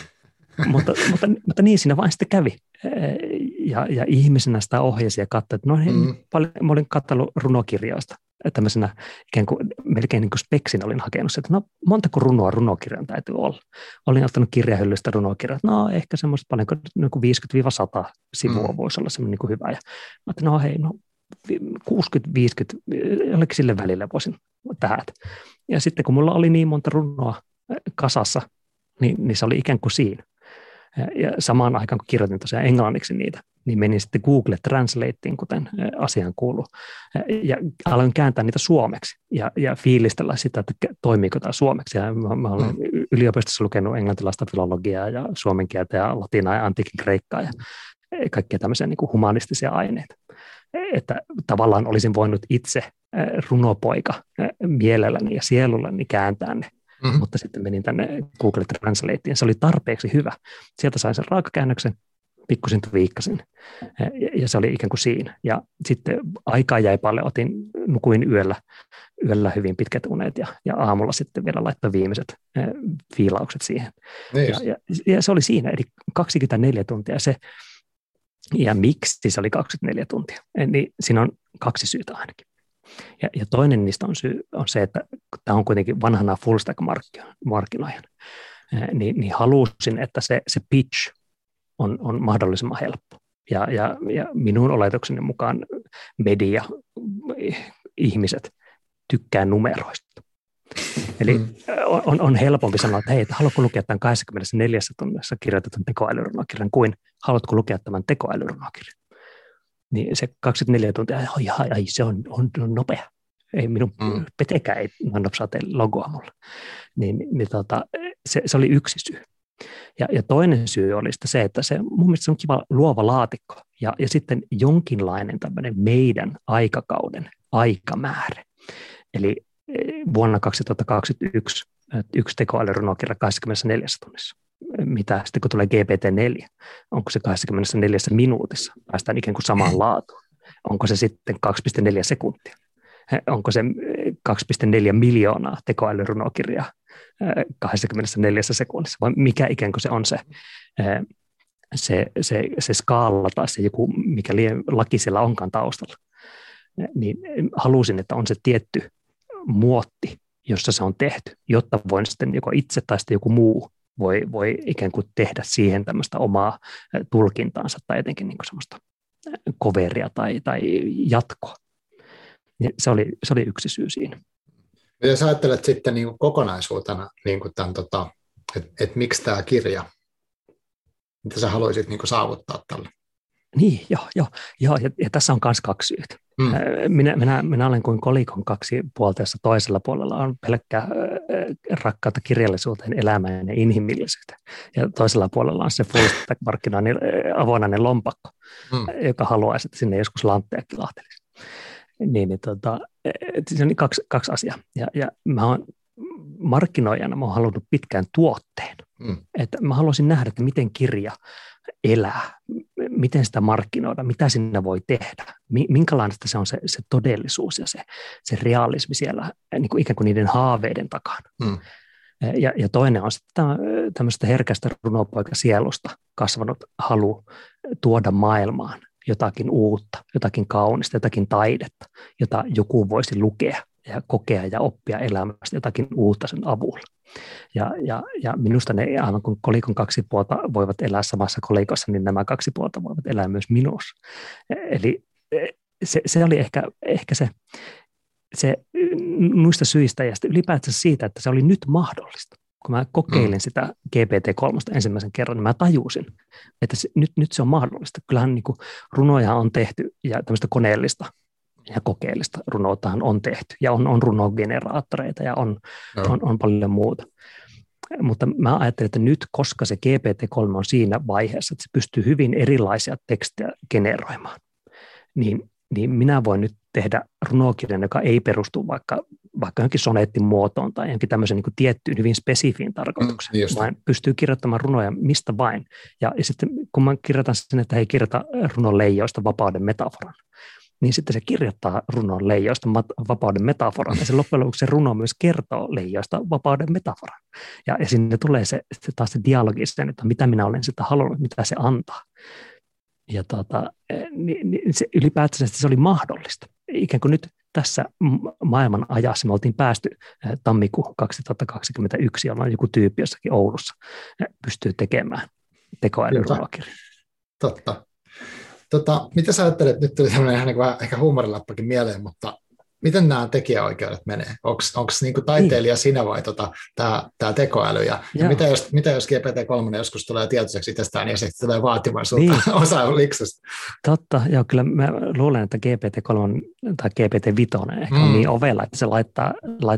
mutta niin siinä vain sitten kävi. Ja ihmisenä sitä ohjasi ja katsoi, että mä olin katsellut runokirjoista. Tämmöisenä ikään kuin melkein niin kuin speksin olin hakenut, että montako runoa runokirjan täytyy olla. Olin ottanut kirjahyllystä runokirjat, ehkä semmoista paljon kuin 50-100 sivua voisi olla semmoinen niin kuin hyvä. Ja mä ajattelin, 60-50, jollekin sille välille voisin tähdätä. Ja sitten kun mulla oli niin monta runoa kasassa, niin se oli ikään kuin siinä. Ja samaan aikaan, kun kirjoitin tosiaan englanniksi niitä, niin menin sitten Google Translateen, kuten asiaan kuuluu, ja aloin kääntää niitä suomeksi ja fiilistellä sitä, että toimiiko tämä suomeksi. Ja mä olen yliopistossa lukenut englantilaista filologiaa ja suomen kieltä ja latinaa ja antiikin kreikkaa ja kaikkia tämmöisiä niin kuin humanistisia aineita. Että tavallaan olisin voinut itse runopoika mielelläni ja sielullani kääntää ne. Mutta sitten menin tänne Google Translateen. Se oli tarpeeksi hyvä. Sieltä sain sen raakakäännöksen, pikkusin viikkasin, ja se oli ikään kuin siinä. Ja sitten aikaa jäi paljon, nukuin yöllä hyvin pitkät unet, ja aamulla sitten vielä laittaa viimeiset fiilaukset siihen. Ja se oli siinä, eli 24 tuntia. Ja miksi se oli 24 tuntia? Niin siinä on 2 syytä ainakin. Ja toinen niistä on se, että tämä on kuitenkin vanhana full stack markkinoijan, niin halusin, että se pitch on mahdollisimman helppo. Ja minun oletukseni mukaan media, ihmiset tykkää numeroista. Eli on helpompi sanoa, että hei, haluatko lukea tämän 24 tunnissa kirjoitetun tekoälyrunokirjan kuin haluatko lukea tämän tekoälyrunokirjan. Niin se 24 tuntia, se on nopea. Ei minun petekään ei nopsaa teille logoa mulle. Se oli yksi syy. Ja toinen syy oli se, että mun mielestä se on kiva luova laatikko ja sitten jonkinlainen tämmöinen meidän aikakauden aikamäärä. Eli vuonna 2021 yksi tekoälyrunokirja 24 tunnissa. Mitä sitten kun tulee GPT-4, onko se 24 minuutissa, päästään ikään kuin samaan laatuun. Onko se sitten 2,4 sekuntia? Onko se 2,4 miljoonaa tekoälyrunokirjaa 24 sekunnissa? Vai mikä ikään kuin se on se skaala tai se joku, mikä laki siellä onkaan taustalla? Niin halusin, että on se tietty muotti, jossa se on tehty, jotta voin sitten joko itse tai sitten joku muu voi ikään kuin tehdä siihen tämmöistä omaa tulkintaansa tai jotenkin niin kuin semmoista coveria tai jatkoa. Se oli yksi syy siinä. Jos ajattelet sitten niin kuin kokonaisuutena, niin kuin että miksi tämä kirja, mitä sä haluaisit niin kuin saavuttaa tällä? Niin, joo. Ja tässä on myös 2 syytä. Minä olen kuin kolikon 2 puolta, jossa toisella puolella on pelkkää rakkautta kirjallisuuteen, elämään ja inhimillisyyteen. Ja toisella puolella on se full stack markkinoinnin avonainen lompakko, joka haluaisi, että sinne joskus lantteja kilahtelisi. Se on 2 asiaa. Ja mä oon markkinoijana mä oon halunnut pitkään tuotteen. Että mä haluaisin nähdä, että miten kirja elää, miten sitä markkinoida, mitä sinne voi tehdä, minkälaista se on se todellisuus ja se realismi siellä niin kuin ikään kuin niiden haaveiden takana. Ja toinen on sitten tämmöistä herkästä runopoikasielusta kasvanut halu tuoda maailmaan jotakin uutta, jotakin kaunista, jotakin taidetta, jota joku voisi lukea ja kokea ja oppia elämästä jotakin uutta sen avulla. Ja minusta ne aivan kuin kolikon kaksi puolta voivat elää samassa kolikossa, niin nämä kaksi puolta voivat elää myös minussa. Eli se oli ehkä se noista syistä ja ylipäätään siitä, että se oli nyt mahdollista. Kun mä kokeilin sitä GPT-3 ensimmäisen kerran, niin mä tajusin, että nyt se on mahdollista. Kyllähän niin kuin runoja on tehty ja tämmöistä koneellista ja kokeellista runoutahan on tehty. Ja on runogeneraattoreita ja on paljon muuta. Mutta mä ajattelin, että nyt, koska se GPT-3 on siinä vaiheessa, että se pystyy hyvin erilaisia tekstejä generoimaan, niin minä voin nyt tehdä runokirjan, joka ei perustu vaikka johonkin soneettin muotoon tai johonkin tämmöisen niin kuin tiettyyn hyvin spesifiin tarkoitukseen, vaan pystyy kirjoittamaan runoja mistä vain. Ja sitten kun mä kirjoitan sen, että he kirjoita runon leijoista vapauden metaforan, niin sitten se kirjoittaa runon leijoista vapauden metaforan, ja se loppujen lopuksi se runo myös kertoo leijoista vapauden metaforan. Ja sinne tulee se taas se dialogi sen, että mitä minä olen sitä halunnut, mitä se antaa. Ja se ylipäätään se oli mahdollista. Ikään kuin nyt tässä maailman ajassa me oltiin päästy tammikuun 2021, jolloin joku tyyppi jossakin Oulussa pystyy tekemään tekoälyrunokirjan. Totta. Mitä sä ajattelet, nyt tuli tämmöinen ihan vähän ehkä huumoriläppäkin mieleen, mutta miten nämä tekijäoikeudet menee? Onko niinku taiteilija sinä vai tämä tekoäly? Ja mitä jos GPT-3 joskus tulee tietoiseksi itsestään ja sitten tulee vaatimaan sulta osaa liksusta? Totta, joo, kyllä mä luulen, että GPT-3 tai GPT-5 ehkä on niin ovella, että se laittaa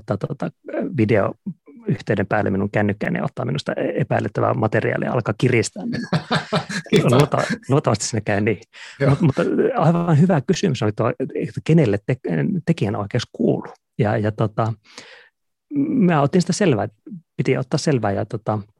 video yhteyden päälle minun kännykkään ja ottaa minusta epäilyttävää materiaalia ja alkaa kiristää minua. Luultavasti siinä käy niin. Mutta aivan hyvä kysymys oli tuo, että kenelle tekijänoikeus kuuluu. Ja mä otin sitä selvää, piti ottaa selvää ja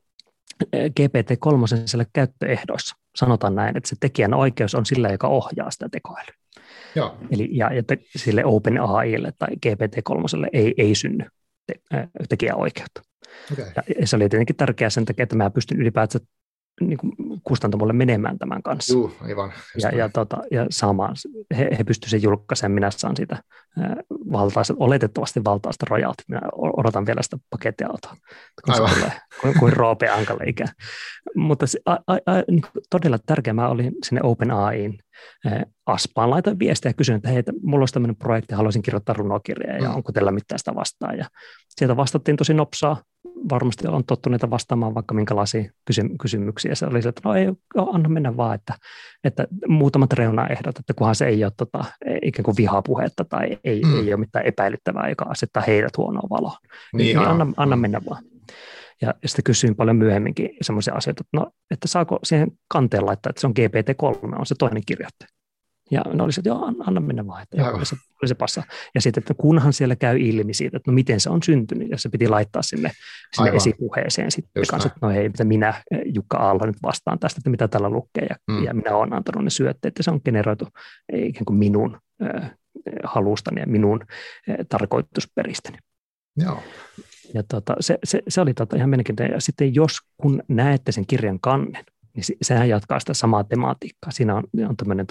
GPT-3 siellä käyttöehdoissa sanotaan näin, että se tekijänoikeus on sillä, joka ohjaa sitä tekoälyä. Joo. Eli sille OpenAIlle tai GPT-3 ei synny tekijäoikeutta. Okay. Ja se oli tietenkin tärkeää sen takia, että mä pystyn ylipäätään niin kustantamolle menemään tämän kanssa. Aivan. Ja saamaan, he pystyivät sen julkaisemaan, minä saan siitä oletettavasti valtaista rojalti. Minä odotan vielä sitä pakettiautoa, kun se tulee kuin Roope Ankalle ikään. Mutta niin todella tärkeää, mä olin sinne OpenAIin Aspaan, laitoin viestiä ja kysyin, että hei, mulla olisi tämmöinen projekti, haluaisin kirjoittaa runokirjaa ja onko teillä mitään sitä vastaan. Ja sieltä vastattiin tosi nopsaa. Varmasti on tottuneita vastaamaan vaikka minkälaisia kysymyksiä. Se oli se, että no ei, anna mennä vaan, että muutamat reunaehdot, että kunhan se ei ole ikään kuin vihapuhetta tai ei ole mitään epäilyttävää, joka asettaa heidät huonoon valoon. Niin anna mennä vaan. Ja sitten kysyin paljon myöhemminkin semmoisia asioita, että saako siihen kanteen laittaa, että se on GPT-3, on se toinen kirjoittaja. Ja ne oli se, että joo, anna mennä vaan, että oli se passa. Ja sitten, että kunhan siellä käy ilmi siitä, että no miten se on syntynyt, ja se piti laittaa sinne esipuheeseen sitten kanssa, että no hei, mitä minä, Jukka Aallo, nyt vastaan tästä, että mitä täällä lukee, ja minä olen antanut ne syötteet, että se on generoitu ikään kuin minun halustani ja minun tarkoitusperistäni. Joo. Ja se oli ihan mielenkiintoinen. Ja sitten kun näette sen kirjan kannen, niin sehän jatkaa sitä samaa tematiikkaa. Siinä on tämmöinen,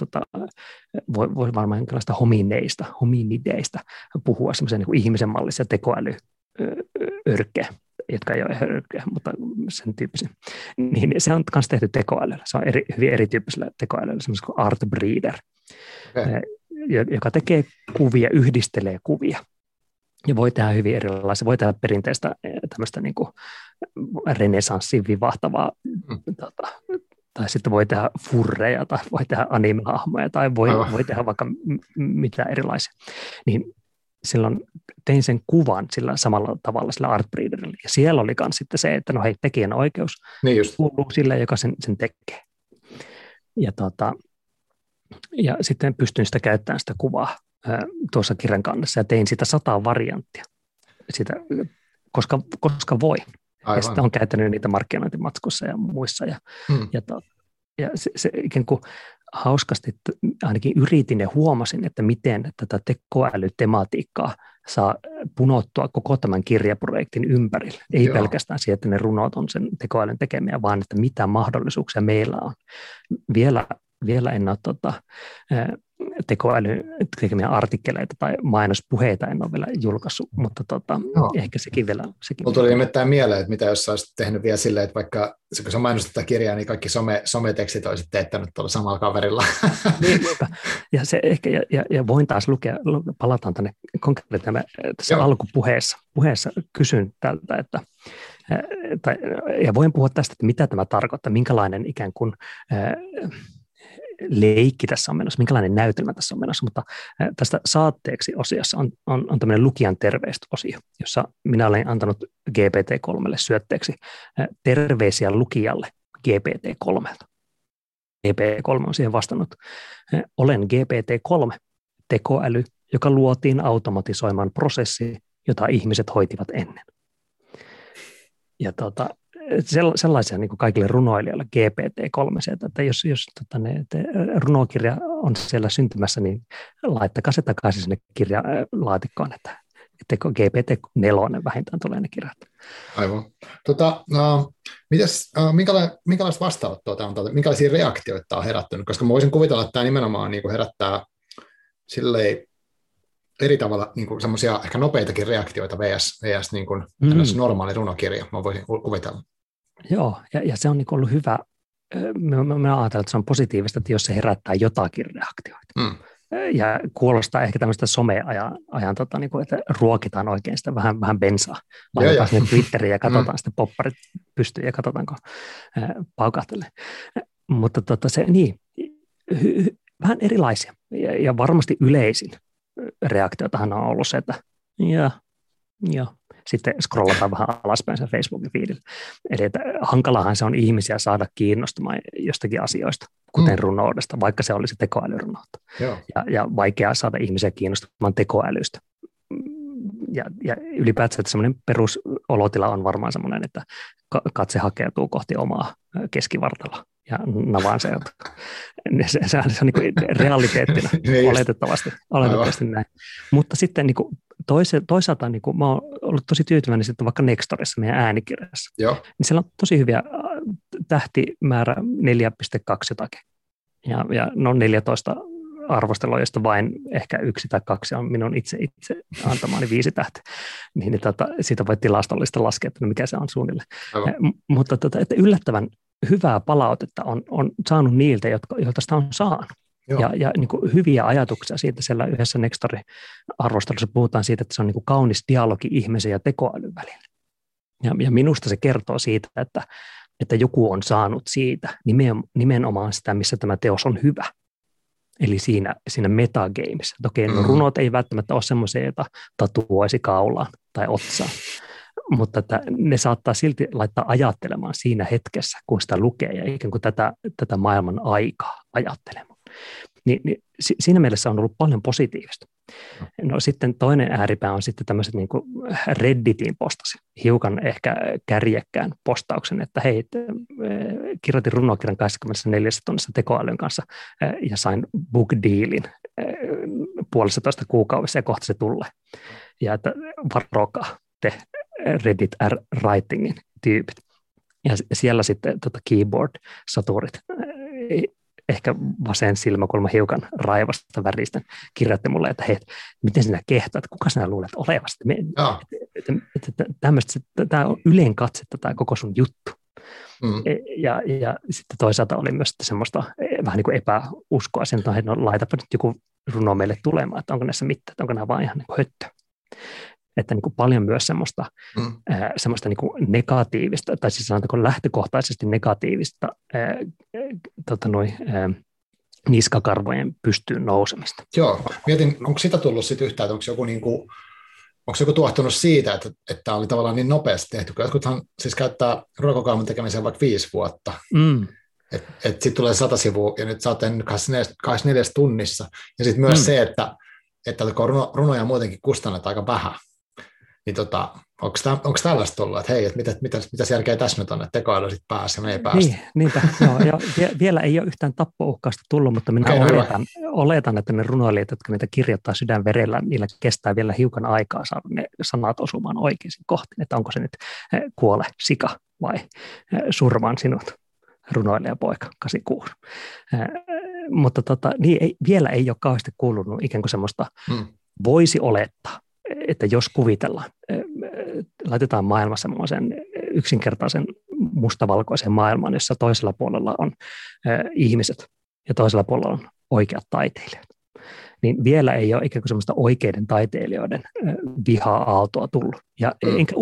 voi varmaan jonkinlaista hominideista puhua, semmoisia niin kuin ihmisen mallisia tekoälyörkkejä, jotka ei ole ihan örkkejä, mutta sen tyyppisiä. Niin se on myös tehty tekoälyllä. Se on hyvin erityyppisellä tekoälyllä, semmoisen kuin Artbreeder, joka tekee kuvia, yhdistelee kuvia. Ja voi tehdä hyvin erilaisia, voi tehdä perinteistä tämmöistä niin kuin renesanssiin vivahtavaa, tai sitten voi tehdä furreja, tai voi tehdä anime-hahmoja, tai voi tehdä vaikka mitä erilaisia. Niin silloin tein sen kuvan sillä samalla tavalla sillä Artbreederilla, ja siellä oli myös sitten se, että no hei, tekijänoikeus kuuluu sille, joka sen tekee. Ja sitten pystyin sitä käyttämään sitä kuvaa tuossa kirjan kannessa ja tein sitä 100 varianttia, sitä koska voi. Aivan. Ja sitten on käyttänyt niitä markkinointimatskussa ja muissa. Ja se ikään kuin hauskasti ainakin yritin ja huomasin, että miten tätä tekoälytematiikkaa saa punottua koko tämän kirjaprojektin ympärille. Ei pelkästään siihen, että ne runot on sen tekoälyn tekemiä, vaan että mitä mahdollisuuksia meillä on. Vielä en ole tekoälyn tekemiä artikkeleita tai mainospuheita en ole vielä julkaissut, mutta ehkä sekin vielä. Mulla tuli nimittäin mieleen, että mitä jos sä olisit tehnyt vielä silleen, että vaikka kun sä mainostat tätä kirjaa, niin kaikki sometekstit olisit teettänyt tuolla samalla kaverilla. Ja se ehkä, ja voin taas palataan tänne konkreettisesti tässä alkupuheessa kysyn tältä, ja voin puhua tästä, että mitä tämä tarkoittaa, minkälainen ikään kuin leikki tässä on menossa, minkälainen näytelmä tässä on menossa, mutta tästä saatteeksi osiossa on tämmöinen lukijan terveysosio, jossa minä olen antanut GPT-3 syötteeksi terveisiä lukijalle GPT-3. GPT-3 on siihen vastannut, olen GPT-3, tekoäly, joka luotiin automatisoimaan prosessi, jota ihmiset hoitivat ennen. Ja sellaisia niin kuin kaikille runoilijoille GPT-3, että jos runokirja on siellä syntymässä, niin laittakaa se takaisin sinne kirjalaatikkoon, että GPT-4 vähintään tulee ne kirjat. Aivan. Minkälaista vastaanottoa tämä on, minkälaisia reaktioita tämä on herättänyt, koska mä voisin kuvitella, että tämä nimenomaan niin kuin herättää silleen eri tavalla niin semmoisia ehkä nopeitakin reaktioita vs niin kuin normaali runokirja, mä voisin kuvitella. Joo, ja se on niin ollut hyvä. Mä ajattelen, että se on positiivista, että jos se herättää jotakin reaktioita. Ja kuulostaa ehkä tämmöistä someajan niin kuin, että ruokitaan oikein sitä vähän bensaa. Laitetaan sinne Twitteriin ja katsotaan sitten popparit pystyy ja katsotaanko paukahtelee. Mutta se niin, vähän erilaisia. Ja varmasti yleisin reaktiotahan on ollut se, että sitten scrollataan vähän alaspäin sen Facebookin feedillä. Eli että hankalahan se on ihmisiä saada kiinnostumaan jostakin asioista, kuten runoudesta, vaikka se olisi tekoälyrunoutta. Ja vaikeaa saada ihmisiä kiinnostumaan tekoälystä. Ja ylipäätään semmoinen perusolotila on varmaan semmoinen, että katse hakeutuu kohti omaa keskivartaloa ja navaan seurata. Se on niin kuin realiteettina, oletettavasti näin. Mutta sitten niin kuin toisaalta niin kuin mä oon ollut tosi tyytyväinen sitten vaikka Nextorissa, meidän äänikirjassa. Niin siellä on tosi hyviä tähtimäärä 4,2 jotakin. Ja no 14 arvostelua, josta vain ehkä 1 tai 2 on minun itse antamaani 5 tähteä. Niin siitä voi tilastollista laskea, että mikä se on suunnilleen. Mutta että yllättävän hyvää palautetta on saanut niiltä, joilta sitä on saanut. Ja niin kuin hyviä ajatuksia siitä. Siellä yhdessä Nextory-arvostelussa puhutaan siitä, että se on niin kuin kaunis dialogi ihmisen ja tekoälyn välillä. Ja minusta se kertoo siitä, että joku on saanut siitä nimenomaan sitä, missä tämä teos on hyvä. Eli siinä metagameissa. Okei, runot ei välttämättä ole semmoisia, joita tatuoisi kaulaan tai otsaan. Mutta että ne saattaa silti laittaa ajattelemaan siinä hetkessä, kun sitä lukee ja ikään kuin tätä maailman aikaa ajattelemaan. Niin siinä mielessä on ollut paljon positiivista. No sitten toinen ääripää on sitten tämmöiset niin kuin Redditiin postasi, hiukan ehkä kärjekkään postauksen, että hei, kirjoitin runokirjan 24 tunnissa tekoälyn kanssa ja sain book dealin 1,5 kuukaudessa ja kohta se tulee. Ja että varokaa te Reddit writingin tyypit. Ja siellä sitten keyboard-saturit, ehkä vasen silmäkulma hiukan raivasta väristä, kirjoitti mulle, että hei, miten sinä kehtaat, kuka sinä luulet olevasti? Tämä on yleen katsetta tämä koko sun juttu. Ja sitten toisaalta oli myös semmoista vähän niin kuin epäuskoa sen, että no, laitapa nyt joku runo meille tulemaan, että onko näissä mitään, että onko nämä vaan ihan niin kuin höttö. Että niin kuin paljon myös semmoista niin kuin negatiivista, tai siis sanotaanko lähtökohtaisesti negatiivista niskakarvojen pystyyn nousemista. Joo, mietin, onko sitä tullut sitten yhtään, että onko joku tuohtunut siitä, että oli tavallaan niin nopeasti tehty, kun jotkuthan siis käyttää ruokokaupan tekemiseen vaikka 5 vuotta, että sitten tulee 100 sivua, ja nyt sä oot 24 tunnissa, ja sitten myös se, että kun runoja muutenkin kustannetaan aika vähän, niin Onko tällaista tullut, että hei, että mitä järkeä tässä nyt on, että tekoäly sitten pääsi ja me ei päästä? Niin, niinpä, joo, ja vielä ei ole yhtään tappouhkausta tullut, mutta minä oletan, että ne runoilijat, jotka niitä kirjoittaa sydänverellä, niillä kestää vielä hiukan aikaa saada ne sanat osumaan oikeisiin kohtiin, että onko se nyt kuole sika vai surmaan sinut, runoilijapoika 86. Mutta niin vielä ei ole kauheasti kuulunut ikään kuin semmoista, voisi olettaa, että jos kuvitellaan, laitetaan maailma semmoisen yksinkertaisen mustavalkoisen maailman, jossa toisella puolella on ihmiset ja toisella puolella on oikeat taiteilijat, niin vielä ei ole ikään kuin semmoista oikeiden taiteilijoiden viha-aaltoa tullut. Ja enkä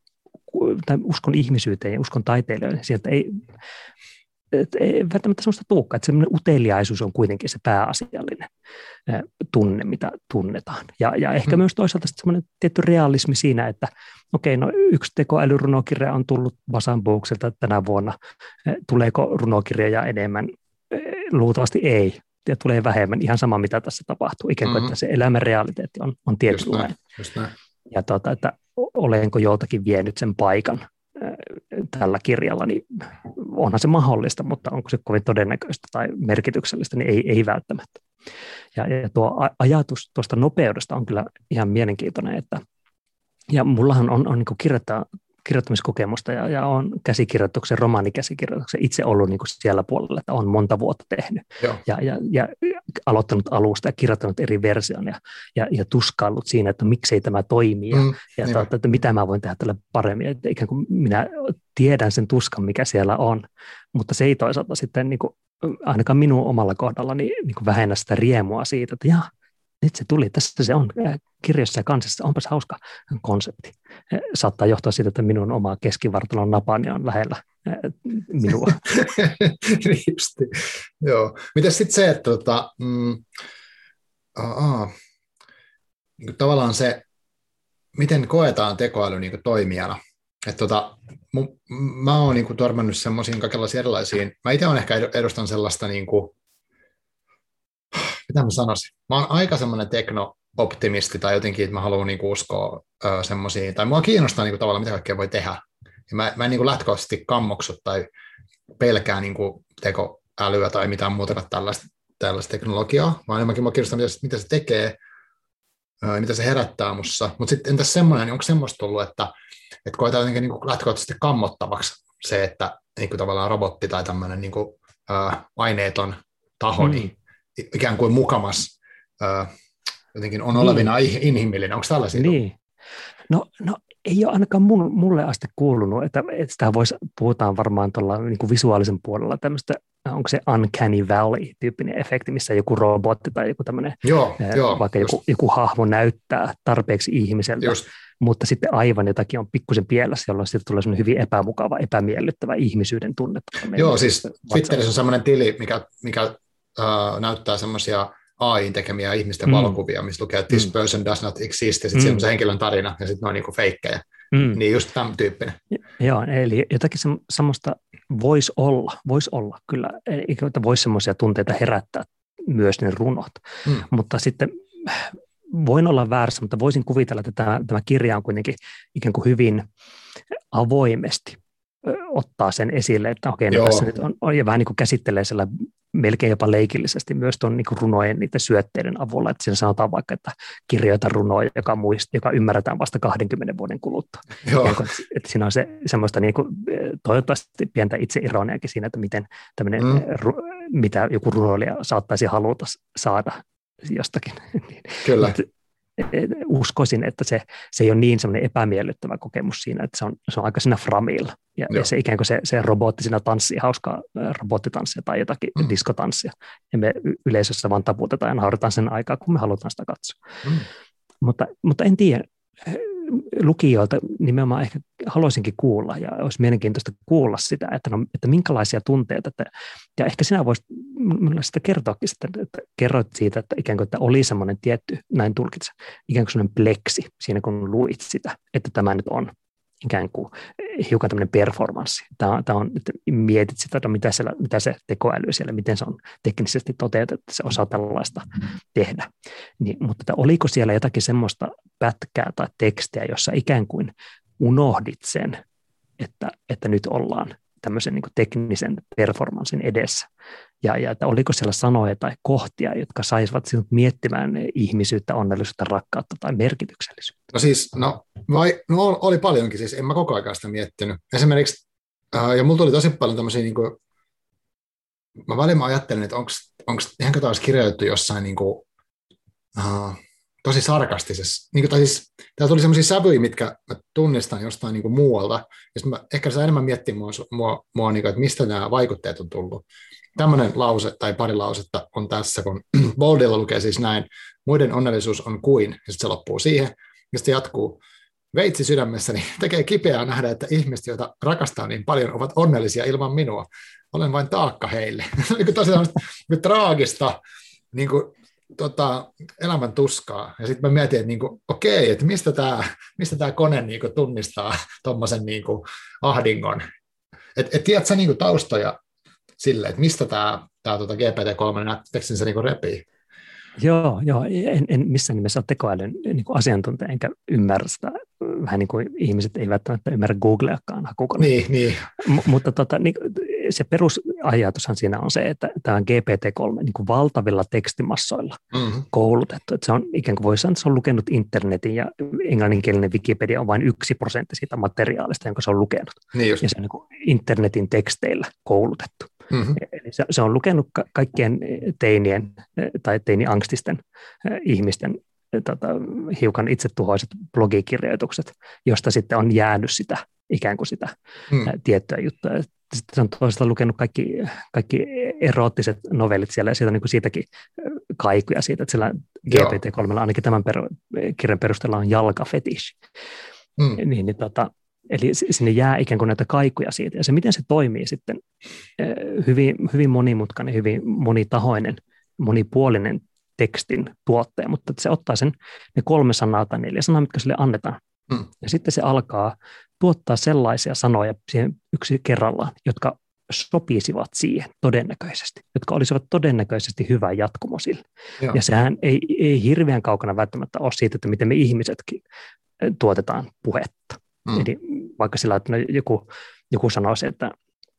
uskon ihmisyyteen ja uskon taiteilijoiden sieltä ei välttämättä sellaista tulekaan, että semmoinen uteliaisuus on kuitenkin se pääasiallinen tunne, mitä tunnetaan. Ja ehkä myös toisaalta semmoinen tietty realismi siinä, että okei, no yksi tekoälyrunokirja on tullut Basan Booksilta tänä vuonna. Tuleeko runokirjoja enemmän? Luultavasti ei. Ja tulee vähemmän, ihan sama mitä tässä tapahtuu. Ikään kuin, että se elämän realiteetti on tietynlainen. Just näin. Ja että olenko joltakin vienyt sen paikan tällä kirjalla, niin onhan se mahdollista, mutta onko se kovin todennäköistä tai merkityksellistä, niin ei välttämättä. Ja tuo ajatus tuosta nopeudesta on kyllä ihan mielenkiintoinen, ja mullahan on niin kirjoittamiskokemusta ja on romaanikäsikirjoituksen itse ollut niin kuin siellä puolella, että on monta vuotta tehnyt ja aloittanut alusta ja kirjoittanut eri version ja tuskaillut siinä, että miksei tämä toimii että mitä mä voin tehdä tällä paremmin. Että ikään kuin minä tiedän sen tuskan, mikä siellä on, mutta se ei toisaalta sitten niin kuin, ainakaan minun omalla kohdalla niin kuin vähennä sitä riemua siitä, että nyt se tuli, tässä se on kirjassa ja kansissa, onpas hauska konsepti. Saattaa johtaa siitä, että minun oma keskivartalon napani on lähellä minua. Riisti. Joo. Mites sitten se, että niin tavallaan se, miten koetaan tekoäly niin toimijana? Että mä oon niin törmännyt semmoisiin kaikenlaisiin erilaisiin, mä itse ehkä edustan sellaista niin kuin, mitä mä sanoisin? Mä oon aika semmoinen tekno-optimisti tai jotenkin, että mä haluan niinku uskoa semmoisiin, tai mua kiinnostaa niinku tavallaan, mitä kaikkea voi tehdä. Ja mä en niinku lähtökohtaisesti kammoksu tai pelkää niinku tekoälyä tai mitään muuta tällaista teknologiaa, vaan enemmänkin mua kiinnostaa, mitä se tekee, mitä se herättää mussa. Mutta sitten entäs semmoinen, niin onko semmoista tullut, että koetaan jotenkin niinku lähtökohtaisesti kammottavaksi se, että niinku tavallaan robotti tai tämmöinen niinku, aineeton taho, niin ikään kuin mukamas jotenkin on olevina inhimillinen. Onko tällaisia? Niin. No ei ole ainakaan mulle asti kuulunut, että sitä puhutaan varmaan tuolla niin kuin visuaalisen puolella tämmöistä, onko se uncanny valley-tyyppinen efekti, missä joku robotti tai joku tämmöinen, vaikka joku hahmo näyttää tarpeeksi ihmiseltä, mutta sitten aivan jotakin on pikkusen pielessä, jolloin sitten tulee semmoinen hyvin epämukava, epämiellyttävä ihmisyyden tunne. Joo, siis Twitterissä on semmoinen tili, mikä näyttää semmoisia AI:n tekemiä ihmisten valokuvia, missä lukee, että this person does not exist, ja sitten siellä on se henkilön tarina, ja sitten ne on niinku feikkejä. Niin just tämän tyyppinen. Joo, eli jotakin semmoista voisi olla kyllä, että voisi semmoisia tunteita herättää myös ne runot, mutta sitten voin olla väärässä, mutta voisin kuvitella, että tämä kirja on kuitenkin ikään kuin hyvin avoimesti ottaa sen esille, että okei, no tässä nyt on ja vähän niin kuin käsittelee siellä melkein jopa leikillisesti myös tuon niin kuin runojen niiden syötteiden avulla, että siinä sanotaan vaikka, että kirjoita runoja, joka ymmärretään vasta 20 vuoden kuluttua. Että siinä on semmoista niin kuin, toivottavasti pientä itseironiakin siinä, että miten tämmöinen, mitä joku runoilija saattaisi haluta saada jostakin. Kyllä. Uskoisin, että se ei ole niin semmoinen epämiellyttävä kokemus siinä, että se on aika siinä framilla. Ja se ikään kuin se robotti siinä tanssii hauskaa robottitanssia tai jotakin diskotanssia. Ja me yleisössä vaan taputetaan ja naurataan sen aikaa, kun me halutaan sitä katsoa. Mutta en tiedä. Lukijoilta nimenomaan ehkä haluaisinkin kuulla ja olisi mielenkiintoista kuulla sitä, että minkälaisia tunteita, ja ehkä sinä voisit minulle sitä kertoakin, että kerroit siitä, että ikään kuin että oli semmoinen tietty, näin tulkitsen, ikään kuin semmoinen pleksi siinä, kun luit sitä, että tämä nyt on ikään kuin hiukan tämmöinen performanssi. Tämä on, että mietit sitä, että mitä se tekoäly siellä, miten se on teknisesti toteutettu, että se osaa tällaista tehdä. Mutta oliko siellä jotakin semmoista pätkää tai tekstiä, jossa ikään kuin unohdit sen, että nyt ollaan tämmöisen niin kuin teknisen performanssin edessä. Ja että oliko siellä sanoja tai kohtia, jotka saisivat sinut miettimään ihmisyyttä, onnellisuutta, rakkautta tai merkityksellisyyttä? No siis, oli paljonkin, siis en mä koko ajan sitä miettinyt. Esimerkiksi, ja mulla tuli tosi paljon tämmöisiä, niin kuin, mä välillä ajattelin, että onko taas kirjoitettu jossain niin kuin, tosi sarkastisessa, niin kuin, tai siis täällä tuli semmoisia sävyjä, mitkä mä tunnistan jostain niin kuin muualta, ja sitten mä ehkä saa enemmän miettiä mua niin kuin, että mistä nämä vaikutteet on tullut. Tämmöinen lause tai pari lausetta on tässä, kun Boldilla lukee siis näin, muiden onnellisuus on kuin, ja sitten se loppuu siihen, ja sitten jatkuu, veitsi sydämessäni tekee kipeää nähdä, että ihmiset, joita rakastaa niin paljon, ovat onnellisia ilman minua. Olen vain taakka heille. Tosi traagista niin kuin, elämän tuskaa. Ja sitten mä mietin, että niin kuin, okei, että mistä tämä kone niin kuin, tunnistaa tuommoisen niin kuin, ahdingon. Et tiedätkö niin kuin, taustoja sille, että mistä tämä GPT-3 tekstinsä niin kuin repii? Joo, en missään nimessä ole tekoälyn niin kuin asiantuntija, enkä ymmärrä sitä. Vähän niin kuin ihmiset ei välttämättä ymmärrä Googleakaan hakukone. Niin. Mutta niin, se perusajatushan siinä on se, että tämä on GPT-3 niin kuin valtavilla tekstimassoilla koulutettu. Että se on ikään kuin voi sanoa, että se on lukenut internetin ja englanninkielinen Wikipedia on vain 1% siitä materiaalista, jonka se on lukenut. Niin ja se on niin kuin internetin teksteillä koulutettu. Eli se on lukenut kaikkien teinien tai teiniangstisten ihmisten hiukan itsetuhoiset blogikirjoitukset, josta sitten on jäänyt sitä ikään kuin sitä tiettyä juttua. Sitten se on toisaalta lukenut kaikki eroottiset novellit siellä, ja siitä on niin kuin siitäkin kaikuja siitä, että sillä GPT-3 ainakin tämän kirjan perusteella on jalkafetish. Eli sinne jää ikään kuin näitä kaikuja siitä, ja se miten se toimii sitten, hyvin, hyvin monimutkainen, hyvin monitahoinen, monipuolinen tekstin tuottaja, mutta se ottaa ne 3 sanaa tai 4 sanaa, mitkä sille annetaan, ja sitten se alkaa tuottaa sellaisia sanoja siihen yksi kerrallaan, jotka sopisivat siihen todennäköisesti, jotka olisivat todennäköisesti hyvä jatkumo sille. Joo. Ja sehän ei hirveän kaukana välttämättä ole siitä, että miten me ihmisetkin tuotetaan puhetta. Eli vaikka sillä, että joku sanoisi, että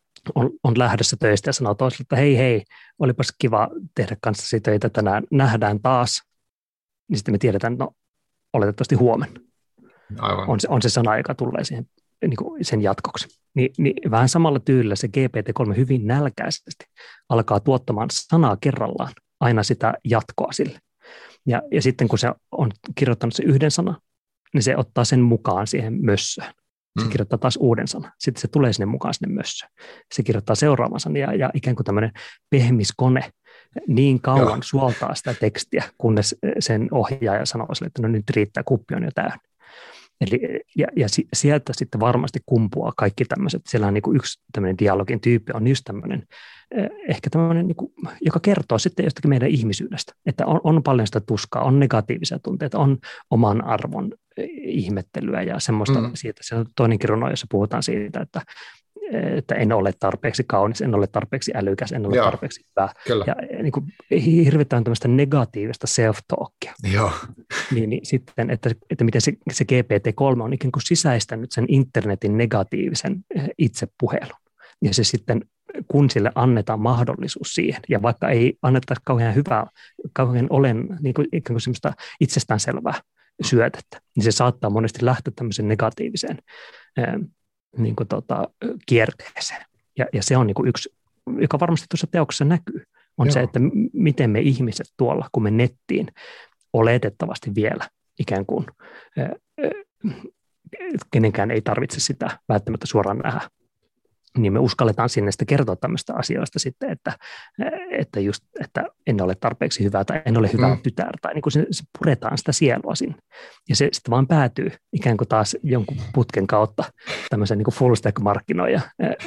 on lähdössä töistä ja sanoo toiselle, että hei, olipas kiva tehdä kanssasi töitä tänään, nähdään taas, niin sitten me tiedetään, että oletettavasti huomenna. Aivan. On se sana, joka tulee siihen, niin kuin sen jatkoksi. Niin vähän samalla tyylillä se GPT-3 hyvin nälkäisesti alkaa tuottamaan sanaa kerrallaan aina sitä jatkoa sille. Ja sitten kun se on kirjoittanut se yhden sanan, niin se ottaa sen mukaan siihen mössöön. Se kirjoittaa taas uuden sanan. Sitten se tulee sinne mukaan sinne mössöön. Se kirjoittaa seuraavan sanan ja ikään kuin tämmöinen pehmiskone niin kauan suoltaa sitä tekstiä, kunnes sen ohjaaja sanoo sille, että no nyt riittää, kuppi on jo täynnä. Eli, ja sieltä sitten varmasti kumpuaa kaikki tämmöiset. Siellä on niin kuin yksi tämmöinen dialogin tyyppi on just tämmöinen, ehkä tämmöinen, niin kuin, joka kertoo sitten jostakin meidän ihmisyydestä, että on paljon sitä tuskaa, on negatiivisia tunteita, on oman arvon ihmettelyä ja semmoista siitä. Se on toinenkin runo, jossa puhutaan siitä, että en ole tarpeeksi kaunis, en ole tarpeeksi älykäs, en ole tarpeeksi hyvä. Kyllä. Ja niin kuin, hirvittävän tämmöistä negatiivista self-talkia. Joo. Niin sitten, että miten se GPT-3 on ikään kuin sisäistänyt sen internetin negatiivisen itsepuhelun. Ja se sitten, kun sille annetaan mahdollisuus siihen, ja vaikka ei anneta kauhean hyvää, kauhean niin kuin, ikään kuin semmoista itsestäänselvää syötettä, niin se saattaa monesti lähteä tämmöisen negatiiviseen niin kuin kierteeseen. Ja se on niin kuin yksi, joka varmasti tuossa teoksessa näkyy, on se, että miten me ihmiset tuolla, kun me nettiin oletettavasti vielä ikään kuin kenenkään ei tarvitse sitä välttämättä suoraan nähdä, niin me uskalletaan sinne sitten kertoa tämmöistä asioista sitten, että en ole tarpeeksi hyvä tai en ole hyvä tytär, tai niin kuin se puretaan sitä sielua sinne. Ja se sitten vaan päätyy ikään kuin taas jonkun putken kautta tämmöisen niin kuin full stack -markkinoja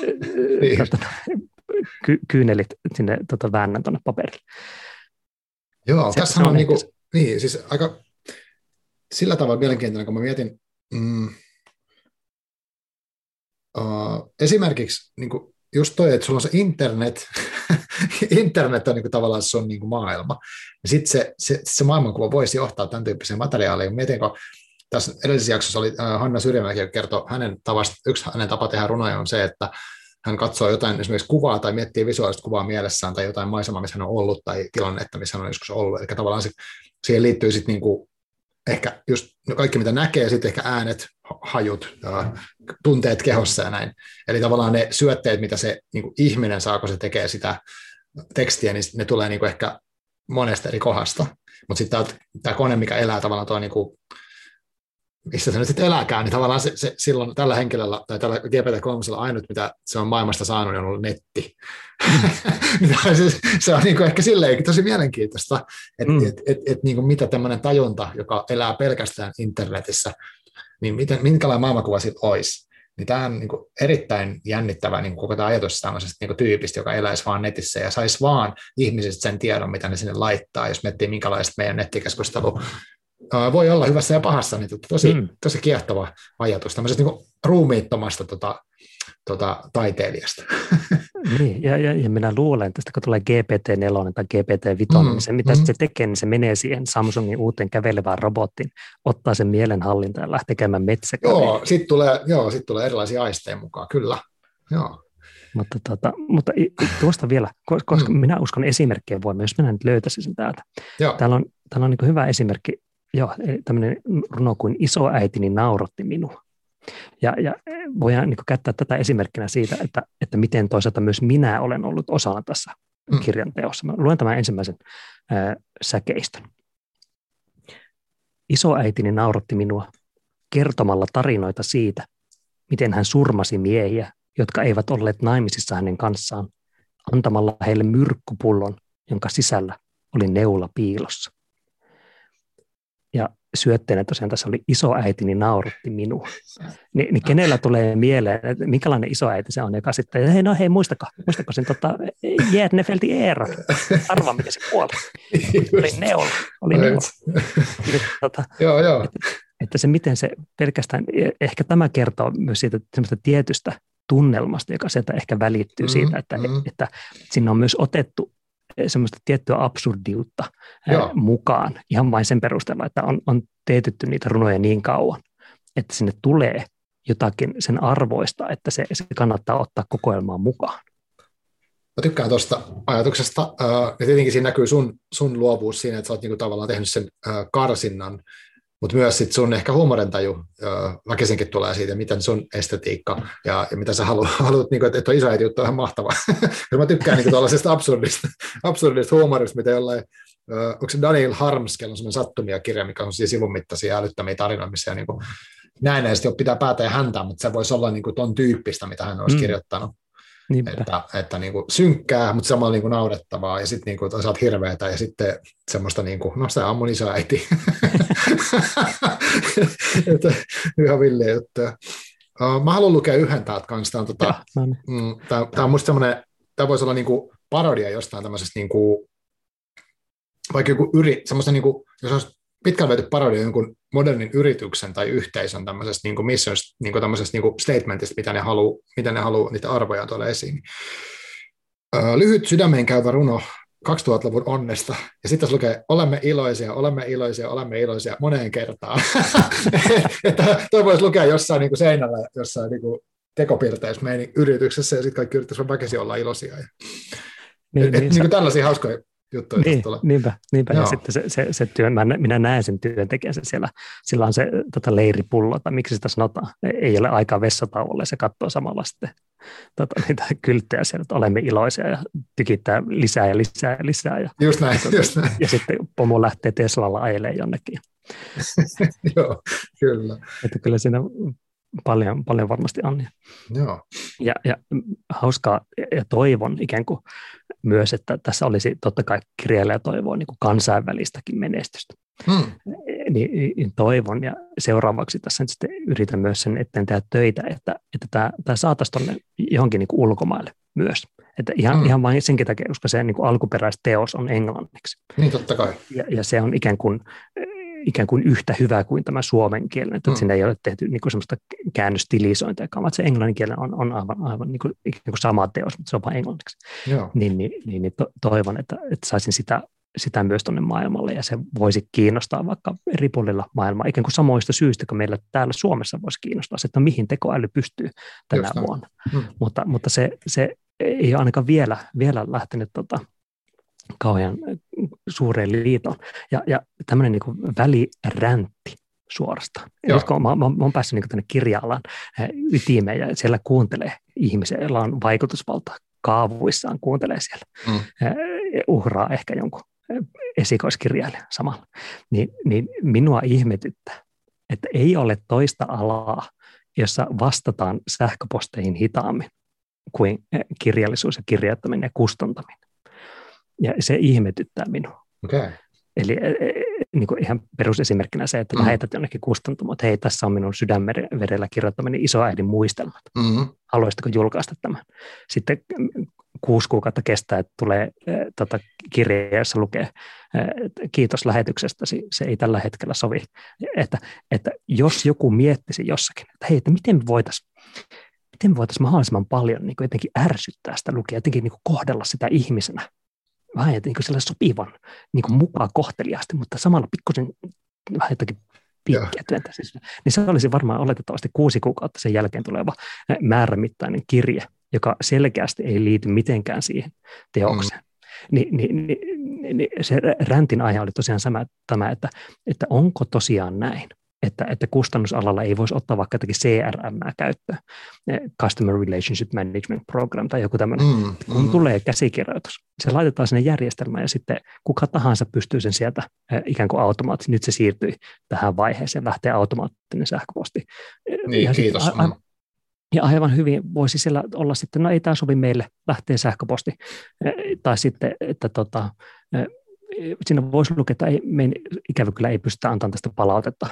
kyynelit sinne väännän tuonne paperille. Joo, tässä on niin, siis aika sillä tavalla mielenkiintoinen, kun mä mietin, esimerkiksi niin kuin just toi, että sulla on se internet on niin kuin tavallaan se on niin kuin maailma, ja sitten se maailmankuva voisi johtaa tämän tyyppiseen materiaaliin. Mietin, kun tässä edellisessä jaksossa oli Hanna Syrjämäki, joka kertoi yksi hänen tapa tehdä runoja on se, että hän katsoo jotain esimerkiksi kuvaa tai miettii visuaalista kuvaa mielessään tai jotain maisemaa, missä hän on ollut tai tilannetta, missä hän on joskus ollut. Eli tavallaan siihen liittyy sitten niinku ehkä just kaikki, mitä näkee, sitten ehkä äänet, hajut, tunteet kehossa ja näin. Eli tavallaan ne syötteet, mitä se niinku ihminen saa, kun se tekee sitä tekstiä, niin ne tulee niinku ehkä monesta eri kohdasta. Mutta sitten tämä kone, mikä elää tavallaan tuo niinku, missä se nyt sitten elääkään, niin tavallaan se silloin tällä henkilöllä tai tällä GPT-3 ainut, mitä se on maailmasta saanut, on ollut netti. Se on niinku ehkä silleen tosi mielenkiintoista, että niinku mitä tämmöinen tajunta, joka elää pelkästään internetissä, niin minkälainen maailmankuva siitä olisi. Niin tämä on niinku erittäin jännittävä niinku koko tämä ajatus tämmöisestä niinku tyypistä, joka eläisi vaan netissä ja saisi vaan ihmisistä sen tiedon, mitä ne sinne laittaa, jos miettii minkälaista meidän nettikeskustelu voi olla hyvässä ja pahassa, niin tosi kiehtova ajatus tämmöisestä niin ruumiittomasta taiteilijasta. Niin, ja minä luulen, että kun tulee GPT-4 tai GPT-5, niin se mitä se tekee, niin se menee siihen Samsungin uuteen kävelevään robottiin, ottaa sen mielenhallintaan ja lähtee käymään metsäkävelyä. Joo, sit tulee erilaisia aisteja mukaan, kyllä. Joo. Mutta tuosta vielä, koska minä uskon esimerkkejä voimme, jos minä nyt löytäisin sen täältä. Joo. Täällä on niin hyvä esimerkki. Joo, tämmöinen runo kuin isoäitini nauratti minua. Ja voidaan niin käyttää tätä esimerkkinä siitä, että miten toisaalta myös minä olen ollut osana tässä kirjan teossa. Mä luen tämän ensimmäisen säkeistön. Isoäitini nauratti minua kertomalla tarinoita siitä, miten hän surmasi miehiä, jotka eivät olleet naimisissa hänen kanssaan, antamalla heille myrkkypullon, jonka sisällä oli neula piilossa. Ja syötteenä tosiaan tässä oli isoäitini nauratti minua. Niin kenellä tulee mieleen, että minkälainen isoäiti se on, joka sitten, hei muistako sen Jätnefeltin Eero, arvaa miten se kuoli. Oli neula. Joo. Että se miten se pelkästään, ehkä tämä kertoo myös siitä semmoista tietystä tunnelmasta, joka sieltä ehkä välittyy siitä, että siinä on myös otettu semmoista tiettyä absurdiutta mukaan ihan vain sen perusteella, että on teetytty niitä runoja niin kauan, että sinne tulee jotakin sen arvoista, että se kannattaa ottaa kokoelmaan mukaan. Mä tykkään tuosta ajatuksesta, ja tietenkin siinä näkyy sun luovuus siinä, että sä oot niinku tavallaan tehnyt sen karsinnan, mutta myös sit sun ehkä huumorintaju väkisinkin tulee siitä, miten sun estetiikka ja mitä sä haluat, niinku, että on isoäiti juttu on ihan mahtava. Mä tykkään niinku tuollaisesta absurdista huumorista, mitä jollain, onko se Daniel Harms, kello on semmoinen sattumia kirja, mikä on siis sivun mittaisia älyttömiä tarinoita, missä niinku, näennäisesti pitää päätä ja häntää, mutta se voisi olla niinku ton tyyppistä, mitä hän olisi kirjoittanut. Että niinku synkkää, mutta samalla niinku naurettavaa ja sitten niinku toisaalta hirveätä ja sitten semmoista niinku, no se on mun isoäiti. Ihan villiä juttuja. Mä haluan lukea yhden täältä kanssa. Tämä on musta semmoinen, tämä voisi olla niinku parodia jostain tämmöisestä niinku, vaikka joku semmoista niinku, jos olisi pitkään viety parodia jonkun modernin yrityksen tai yhteisön tämmöisestä niinku missionista, niinku tämmöisestä niinku statementista, mitä ne haluaa niitä arvoja tuolla esiin. Lyhyt sydämeen käyvä runo 2000-luvun onnesta. Ja sitten tässä lukee, olemme iloisia moneen kertaan. Että toi voisi lukea jossain niinku seinällä, jossain niinku tekopirteissä meidän yrityksessä, ja sitten kaikki yrittäisivät väkisin olla iloisia. Niin tällaisia hauskoja juttuja. Niinpä. Ja sitten se työ, minä näen sen työntekijänsä siellä, sillä on se leiripullo, tai miksi sitä sanotaan, ei ole aikaa vessatauolle, se katsoo samalla sitten niitä kylttejä siellä, että olemme iloisia ja tykittää lisää. Ja, just näin. Ja sitten pomo lähtee Teslalla ajelemaan jonnekin. Joo, kyllä. Että kyllä siinä paljon varmasti on. Joo. Ja hauskaa ja toivon ikään kuin myös, että tässä olisi totta kai kirjailija toivoo niin kuin kansainvälistäkin menestystä. Niin toivon ja seuraavaksi tässä nyt sitten yritän myös sen eteen tehdä töitä, että tämä saataisiin tuonne johonkin niin kuin ulkomaille myös. Että ihan vain senkin takia, koska se niin kuin alkuperäisteos on englanniksi. Niin totta kai. Ja se on ikään kuin yhtä hyvä kuin tämä suomen kielen, että siinä ei ole tehty niin kuin semmoista käännöstilisointia, vaan se englannin kielen on aivan niin kuin sama teos, mutta se on vain englanniksi. Niin toivon, että saisin sitä sitä myös tuonne maailmalle, ja se voisi kiinnostaa vaikka eri puolilla maailmaa, ikään kuin samoista syistä, kun meillä täällä Suomessa voisi kiinnostaa se, että no, mihin tekoäly pystyy tänä vuonna. Mutta se ei ole ainakaan vielä lähtenyt kauhean suureen liitoon. Ja tämmöinen niin kuin väliräntti suorastaan. Nyt kun mä oon päässyt niin tänne kirja-alan ytimeen ja siellä kuuntelee ihmisiä, joilla on vaikutusvalta kaavuissaan, kuuntelee siellä, uhraa ehkä jonkun esikoiskirjailijan samalla, niin minua ihmetyttää, että ei ole toista alaa, jossa vastataan sähköposteihin hitaammin kuin kirjallisuus ja kirjoittaminen ja kustantaminen. Ja se ihmetyttää minua. Okay. Eli niin kuin ihan perusesimerkkinä se, että lähetät jonnekin kustantamoon, että hei, tässä on minun sydänverellä kirjoittamani isoäidin muistelmat. Haluaisitko julkaista tämän? Sitten 6 kuukautta kestää, että tulee kirja, jossa lukee, kiitos lähetyksestäsi, se ei tällä hetkellä sovi. Että jos joku miettisi jossakin, että hei, että miten me voitaisiin mahdollisimman paljon niin kuin jotenkin ärsyttää sitä lukea, jotenkin niin kuin kohdella sitä ihmisenä, vähän niin kuin sellainen sopivan niin kuin mukaan kohteliaasti, mutta samalla pikkusen vähän jotakin piikkiä työntäisi. Niin se olisi varmaan oletettavasti 6 kuukautta sen jälkeen tuleva määrämittainen kirje, joka selkeästi ei liity mitenkään siihen teokseen. Niin se räntin aihe oli tosiaan tämä, että onko tosiaan näin, että kustannusalalla ei voisi ottaa vaikka jotakin CRM käyttöön, Customer Relationship Management Program tai joku tämmöinen. Kun tulee käsikirjoitus, se laitetaan sinne järjestelmään ja sitten kuka tahansa pystyy sen sieltä ikään kuin automaattisesti. Nyt se siirtyi tähän vaiheeseen, lähtee automaattinen sähköposti. Niin, ja kiitos. Ja aivan hyvin voisi siellä olla sitten, no ei tämä sovi meille, lähtee sähköposti. Tai sitten, että siinä voisi lukea, että meidän ikävä kyllä ei pystytä antamaan tästä palautetta,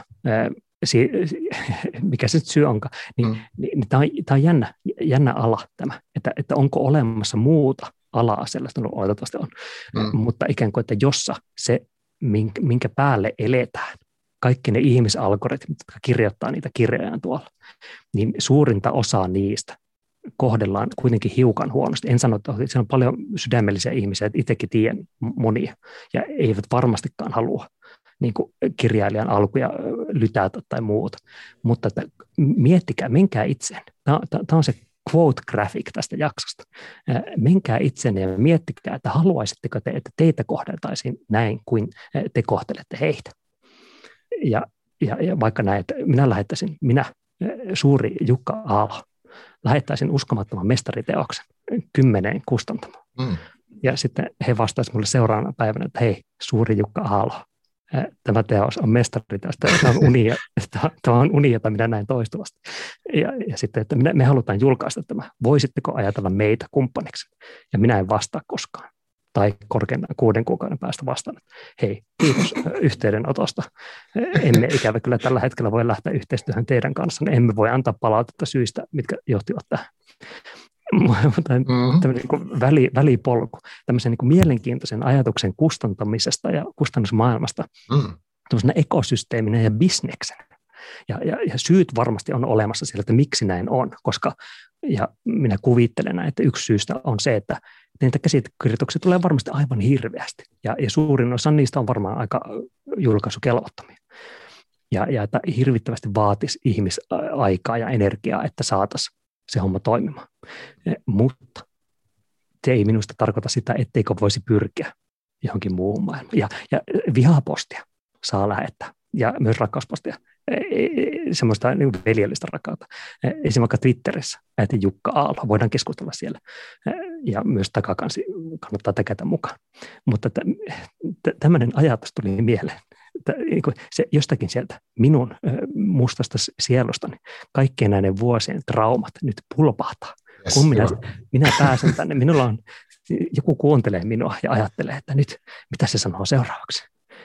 mikä se syy onkaan. Niin tämä on jännä ala tämä, että onko olemassa muuta alaa sellaista, no oletettavasti on, mutta ikään kuin, että jossa se, minkä päälle eletään, kaikki ne ihmisalgoritmit, jotka kirjoittaa niitä kirjoja tuolla, niin suurinta osaa niistä kohdellaan kuitenkin hiukan huonosti. En sano, että siellä on paljon sydämellisiä ihmisiä, että itsekin tiedän monia, ja eivät varmastikaan halua niin kuin kirjailijan alkuja lytätä tai muuta. Mutta että miettikää, menkää itseen. Tämä on se quote graphic tästä jaksosta. Menkää itsenne ja miettikää, että haluaisitteko te, että teitä kohdeltaisiin näin kuin te kohtelette heitä. Ja vaikka näin, että minä suuri Jukka Aalo, lähettäisin uskomattoman mestariteoksen 10 kustantamaan. Ja sitten he vastaisivat mulle seuraavana päivänä, että hei, suuri Jukka Aalo, tämä teos on mestariteos, tämä on uni, jota minä näin toistuvasti. Ja sitten, että me halutaan julkaista tämä. Voisitteko ajatella meitä kumppaniksi? Ja minä en vastaa koskaan. Tai korkeintaan 6 kuukauden päästä vastaan, että hei, kiitos yhteydenotosta. Emme ikävä kyllä tällä hetkellä voi lähteä yhteistyöhön teidän kanssa. Emme voi antaa palautetta syistä, mitkä johtivat tähän. Tämmöinen niin välipolku, tämmöisen niin mielenkiintoisen ajatuksen kustantamisesta ja kustannusmaailmasta, tämmöisenä ekosysteeminä ja bisneksenä. Ja syyt varmasti on olemassa siellä, että miksi näin on, koska ja minä kuvittelen, että yksi syystä on se, että niitä käsikirjoituksia tulee varmasti aivan hirveästi, ja suurin osa niistä on varmaan aika julkaisukelvottomia. Ja että hirvittävästi vaatisi ihmisaikaa ja energiaa, että saataisiin se homma toimimaan. Mutta se ei minusta tarkoita sitä, etteikö voisi pyrkiä johonkin muuhun maailmaan. Ja vihapostia saa lähettää, ja myös rakkauspostia. Semmoista niin veljellistä rakkautta. Esimerkiksi vaikka Twitterissä, että Jukka Aalo, voidaan keskustella siellä, ja myös takakansi kannattaa täkätä mukaan. Mutta tämmöinen ajatus tuli mieleen, että se jostakin sieltä minun mustasta sielustani kaikkien näiden vuosien traumat nyt pulpahtaa. Yes, kun minä pääsen tänne, joku kuuntelee minua ja ajattelee, että nyt mitä se sanoo seuraavaksi.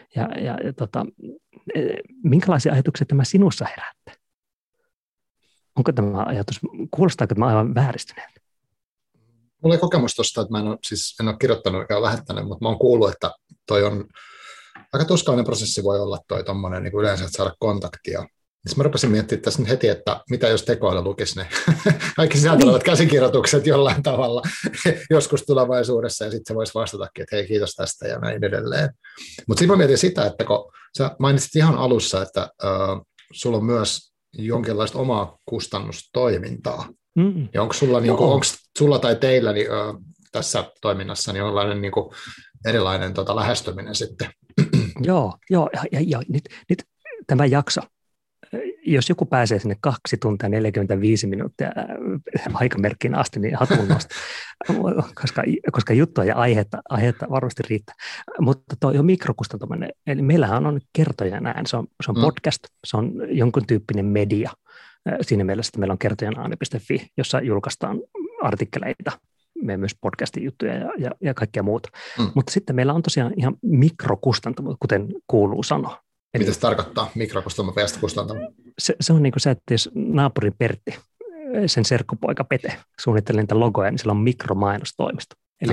Minkälaisia ajatuksia tämä sinussa herättää? Onko tämä ajatus, kuulostaako tämä aivan vääristyneeltä? Mulla ei kokemus tuosta, että mä en ole kirjoittanut eikä ole lähettänyt, mutta mä oon kuullut, että toi on aika tuskallinen prosessi voi olla toi tommonen niin yleensä, että saada kontaktia Mä rupesin miettimään tässä nyt heti, että mitä jos tekoäly lukisi ne kaikki sisältö olevat käsikirjoitukset jollain tavalla joskus tulevaisuudessa, ja sitten se voisi vastatakin, että hei, kiitos tästä ja näin edelleen. Mutta sitten mä mietin sitä, että kun sä mainitsit ihan alussa, että sulla on myös jonkinlaista omaa kustannustoimintaa, ja onko sulla tai teillä tässä toiminnassa niin jonkinlainen niin kuin erilainen lähestyminen sitten? Joo, ja nyt tämä jakso, jos joku pääsee sinne 2 tuntia 45 minuuttia aikamerkkiin asti, niin hatun nosta, koska juttua ja aihetta varmasti riittää. Mutta tuo on mikrokustantaminen, eli meillähän on kertojan ääni, se on podcast, se on jonkun tyyppinen media. Siinä mielessä, että meillä on kertojanaani.fi, jossa julkaistaan artikkeleita, meidän myös podcastin juttuja ja kaikkea muuta. Mutta sitten meillä on tosiaan ihan mikrokustantamo, kuten kuuluu sanoa. Mitä se tarkoittaa, mikrokustantamo? Se on niin kuin se, että jos naapurin Pertti, sen serkkupoika Pete, suunnittelee niitä logoja, niin sillä on mikromainostoimisto. Eli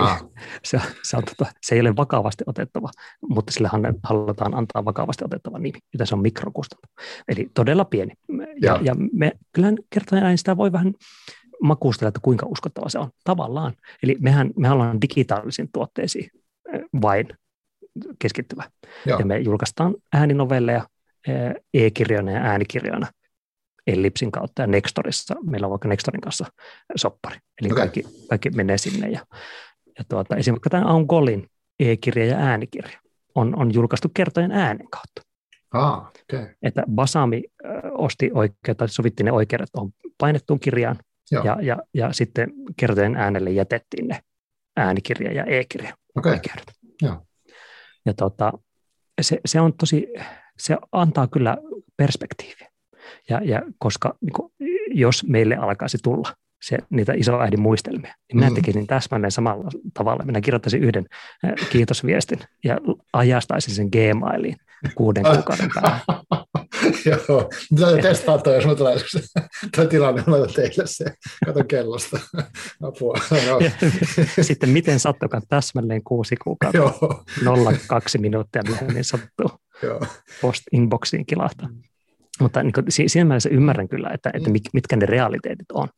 se ei ole vakavasti otettava, mutta sille halutaan antaa vakavasti otettava nimi, joten se on mikrokustantamo. Eli todella pieni. Ja me kyllähän kertoen sitä voi vähän makustella, että kuinka uskottava se on tavallaan. Eli me ollaan digitaalisiin tuotteisiin vain keskittyvä. Joo. Ja me julkaistaan ääninovelleja, e-kirjoina ja äänikirjoina Ellipsin kautta ja Nextorissa. Meillä on vaikka Nextorin kanssa soppari. Eli kaikki menee sinne. Ja esimerkiksi tämä Aungolin e-kirja ja äänikirja on julkaistu kertojen äänen kautta. Okay. Että Basami osti sovittiin ne oikeudet tuohon painettuun kirjaan, ja sitten kertojen äänelle jätettiin ne äänikirja ja e-kirja oikeudet. Joo. Ja se on se antaa kyllä perspektiiviä. Ja koska jos meille alkaisi tulla niitä isoäidin muistelmia, niin minä tekisin täsmälleen samalla tavalla. Minä kirjoittaisin yhden kiitosviestin ja ajastaisin sen Gmailiin 6 kuukauden päähän. Joo, mitä testaa toi, jos mä tulee tuo tilanne, mä laitan teille se, katon kellosta, apua. Sitten miten sattukaan täsmälleen 6 kuukautta, 02 minuuttia myöhemmin sattuu, post-inboxiin kilahtaa. Mutta niin siinä mielessä ymmärrän kyllä, että mitkä ne realiteetit on.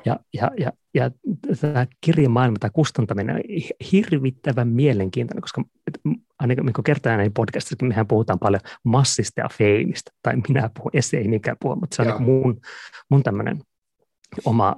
Ja tämä kirjamaailma, tämä kustantaminen on hirvittävän mielenkiintoinen, koska ainakin niin kertaan näin podcastissa, mehän puhutaan paljon massista ja feimistä, tai minä puhun, ei niinkään puhua, mutta se on niin mun tämmöinen oma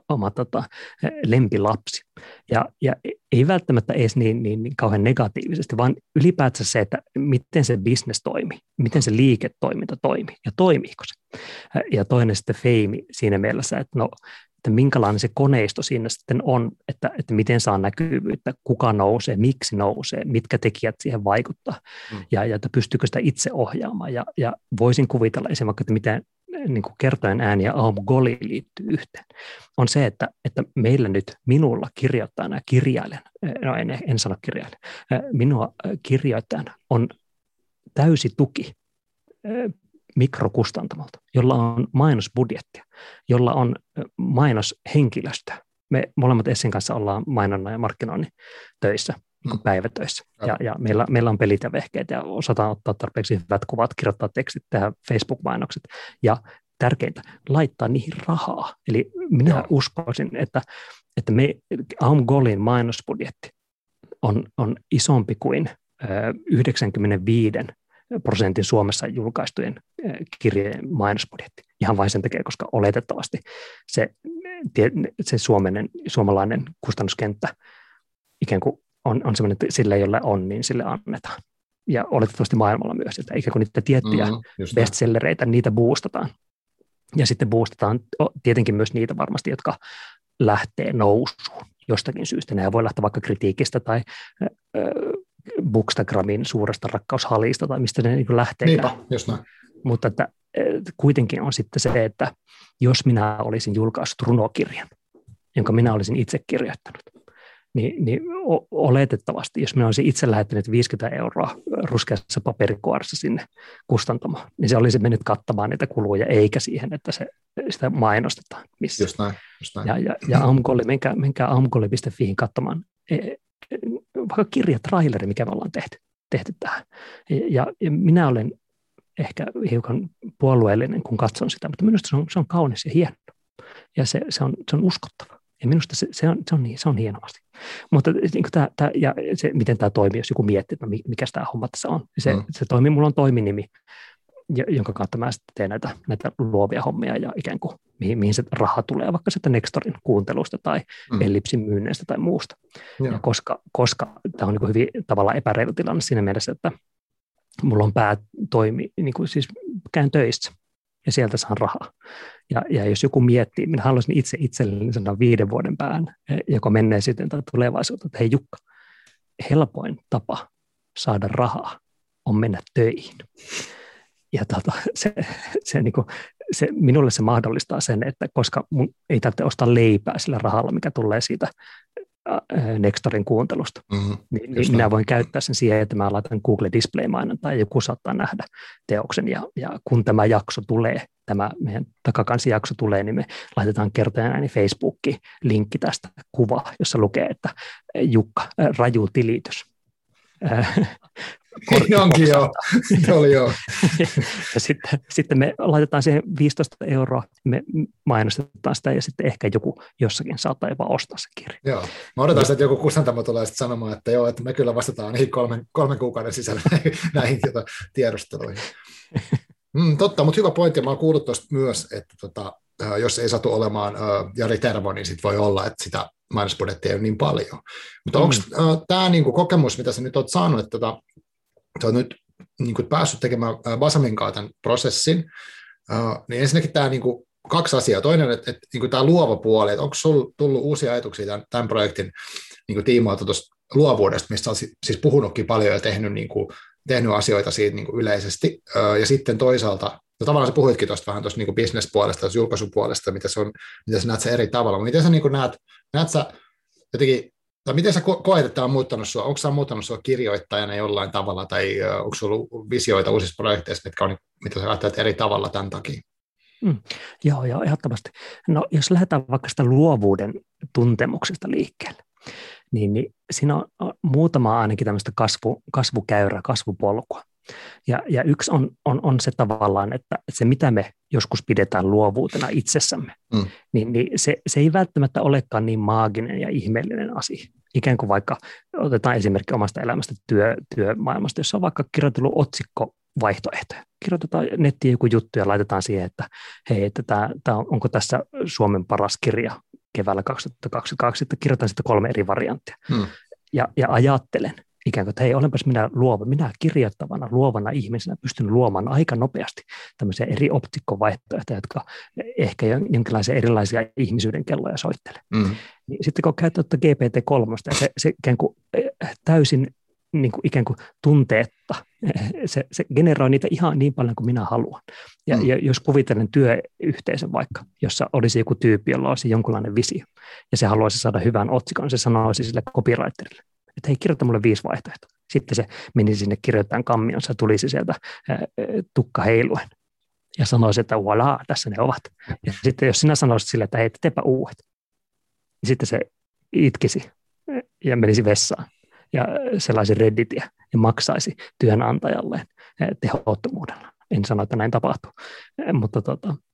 lempilapsi. Ja ei välttämättä edes niin kauhean negatiivisesti, vaan ylipäätään se, että miten se business toimii, miten se liiketoiminta toimii ja toimiiko se. Ja toinen sitten feimi siinä mielessä, että minkälainen se koneisto siinä sitten on, että miten saa näkyvyyttä, kuka nousee, miksi nousee, mitkä tekijät siihen vaikuttaa ja että pystyykö sitä itse ohjaamaan. Ja voisin kuvitella esimerkiksi, että miten niin kuin kertojen ääni ja Aumgoli liittyy yhteen, on se, että meillä nyt minulla kirjoittajana kirjailijana, en sano kirjailijana, minua kirjoittajana on täysi tuki mikrokustantamolta, jolla on mainosbudjettia, jolla on mainoshenkilöstöä. Me molemmat Essin kanssa ollaan mainonnan ja markkinoinnin töissä, päivätöissä. Ja meillä on pelit ja vehkeet ja osataan ottaa tarpeeksi hyvät kuvat, kirjoittaa tekstit, tehdä Facebook-mainokset ja tärkeintä, laittaa niihin rahaa. Eli minä uskoisin, että Aumgolin mainosbudjetti on isompi kuin 95% Suomessa julkaistujen kirjojen mainosbudjetti. Ihan vain sen takia, koska oletettavasti se suomalainen kustannuskenttä ikään kuin on sellainen, että sille, jolle on, niin sille annetaan. Ja oletettavasti maailmalla myös, että ikään kuin niitä tiettyjä bestsellereitä, niitä boostataan. Ja sitten boostataan tietenkin myös niitä varmasti, jotka lähtee nousuun jostakin syystä. Nämä voi lähteä vaikka kritiikistä tai Bookstagramin suuresta rakkaushalista tai mistä ne niin lähteekään. Niinpä, just näin. Mutta että kuitenkin on sitten se, että jos minä olisin julkaissut runokirjan, jonka minä olisin itse kirjoittanut, niin oletettavasti, jos minä olisin itse lähettänyt 50 € ruskeassa paperikuoressa sinne kustantamaan, niin se olisi mennyt kattamaan niitä kuluja, eikä siihen, että sitä mainostetaan missään. Just näin. Ja Aumgoli, menkää aumgoli.fiin katsomaan, vaikka kirjatraileri, mikä me ollaan tehty tähän. Ja minä olen ehkä hiukan puolueellinen, kun katson sitä, mutta minusta se on kaunis ja hieno. Ja se on uskottava. Ja minusta se on hieno asia. Mutta niin ja se, miten tämä toimii, jos joku miettii, että mikä tämä homma tässä on. Se toimii, mulla on toiminimi, jonka kautta mä sitten teen näitä luovia hommia ja ikään kuin mihin se raha tulee, vaikka sitten Nextorin kuuntelusta tai Ellipsin myynneistä tai muusta. Ja koska tämä on niin kuin hyvin tavallaan epäreilu tilanne siinä mielessä, että mulla on päätoimi, niin kuin siis käyn töissä ja sieltä saan rahaa. Ja jos joku miettii, minä haluaisin itse itselleni sanoa 5 vuoden päähän, joka menee sitten tai tulevaisuutta, että hei Jukka, helpoin tapa saada rahaa on mennä töihin. Ja minulle se mahdollistaa sen, että koska mun ei tarvitse ostaa leipää sillä rahalla, mikä tulee siitä Nextorin kuuntelusta, niin minä voin käyttää sen siihen, että mä laitan Google Display-mainontaa ja joku saattaa nähdä teoksen. Ja kun tämä jakso tulee, tämä meidän takakansijakso tulee, niin me laitetaan kertojen ääni Facebookiin linkki tästä kuvaa, jossa lukee, että Jukka, raju tilitys. Onkin joo, oli joo. Ja sitten me laitetaan siihen 15 €, me mainostetaan sitä ja sitten ehkä joku jossakin saattaa jopa ostaa se kirja. Joo, mä odotan sitä, että joku kustantamo tulee sitten sanomaan, että joo, että me kyllä vastataan niihin 3 kuukauden sisällä näihin tiedusteluihin. Totta, mutta hyvä pointti, mä oon kuullut tuosta myös, että jos ei satu olemaan Jari Tervo, niin sitten voi olla, että sitä mainosbudjettia ei ole niin paljon. Mutta onko tämä niinku kokemus, mitä sä nyt oot saanut, että sä oot nyt niinku päässyt tekemään Basamin kanssa tämän prosessin, niin ensinnäkin tämä niinku 2 asiaa. Toinen, että niinku tämä luova puoli, että onko sinulla tullut uusia ajatuksia tämän projektin niinku tiimoilta tuosta luovuudesta, mistä olet siis puhunutkin paljon ja tehnyt asioita siitä niinku yleisesti, ja sitten toisaalta, tavallaan sä puhuitkin tuosta vähän tuosta niinku business-puolesta, tuosta julkaisupuolesta, mitä sä näet sen eri tavalla, mutta miten sä niinku näet sä jotenkin, tai miten sä koet, että tämä on muuttanut sua, onko sä muuttanut sua kirjoittajana jollain tavalla, tai onko sulla ollut visioita uusissa projekteissa, mitä sä ajattelet eri tavalla tämän takia? Joo, ehdottomasti. No jos lähdetään vaikka sitä luovuuden tuntemuksesta liikkeelle, niin siinä on muutama ainakin tämmöistä kasvukäyrää, kasvupolkua. Ja yksi on se tavallaan, että se mitä me joskus pidetään luovuutena itsessämme, niin se ei välttämättä olekaan niin maaginen ja ihmeellinen asia. Ikään kuin vaikka otetaan esimerkki omasta elämästä työmaailmasta, jossa on vaikka kirjoitellut otsikkovaihtoehtoja. Kirjoitetaan nettiin joku juttu ja laitetaan siihen, että hei, että onko tässä Suomen paras kirja keväällä 2022, että kirjoitan sitten 3 eri varianttia. Ja ajattelen, ikään kuin, että hei, olenpas minä kirjoittavana, luovana ihmisenä pystyn luomaan aika nopeasti tämmöisiä eri otsikkovaihtoehtoja, jotka ehkä jonkinlaisia erilaisia ihmisyyden kelloja soittelee. Sitten kun käytät GPT-3, ja se ikään kuin täysin niin kuin ikään kuin tunteetta, se generoi niitä ihan niin paljon kuin minä haluan. Ja jos kuvitellen työyhteisön vaikka, jossa olisi joku tyyppi, jolla olisi jonkinlainen visio, ja se haluaisi saada hyvän otsikon, se sanoisi sille copywriterille, että hei, kirjoita mulle 5 vaihtoehtoa. Sitten se menisi sinne kirjoittajan kammionsa, tulisi sieltä tukka heiluen ja sanoisi, että voilà, tässä ne ovat. Ja sitten jos sinä sanoisit sille, että hei, teepä uudet, niin sitten se itkisi ja menisi vessaan ja sellaisi Redditia ja maksaisi työnantajalleen tehottomuudella. En sano, että näin tapahtuu, mutta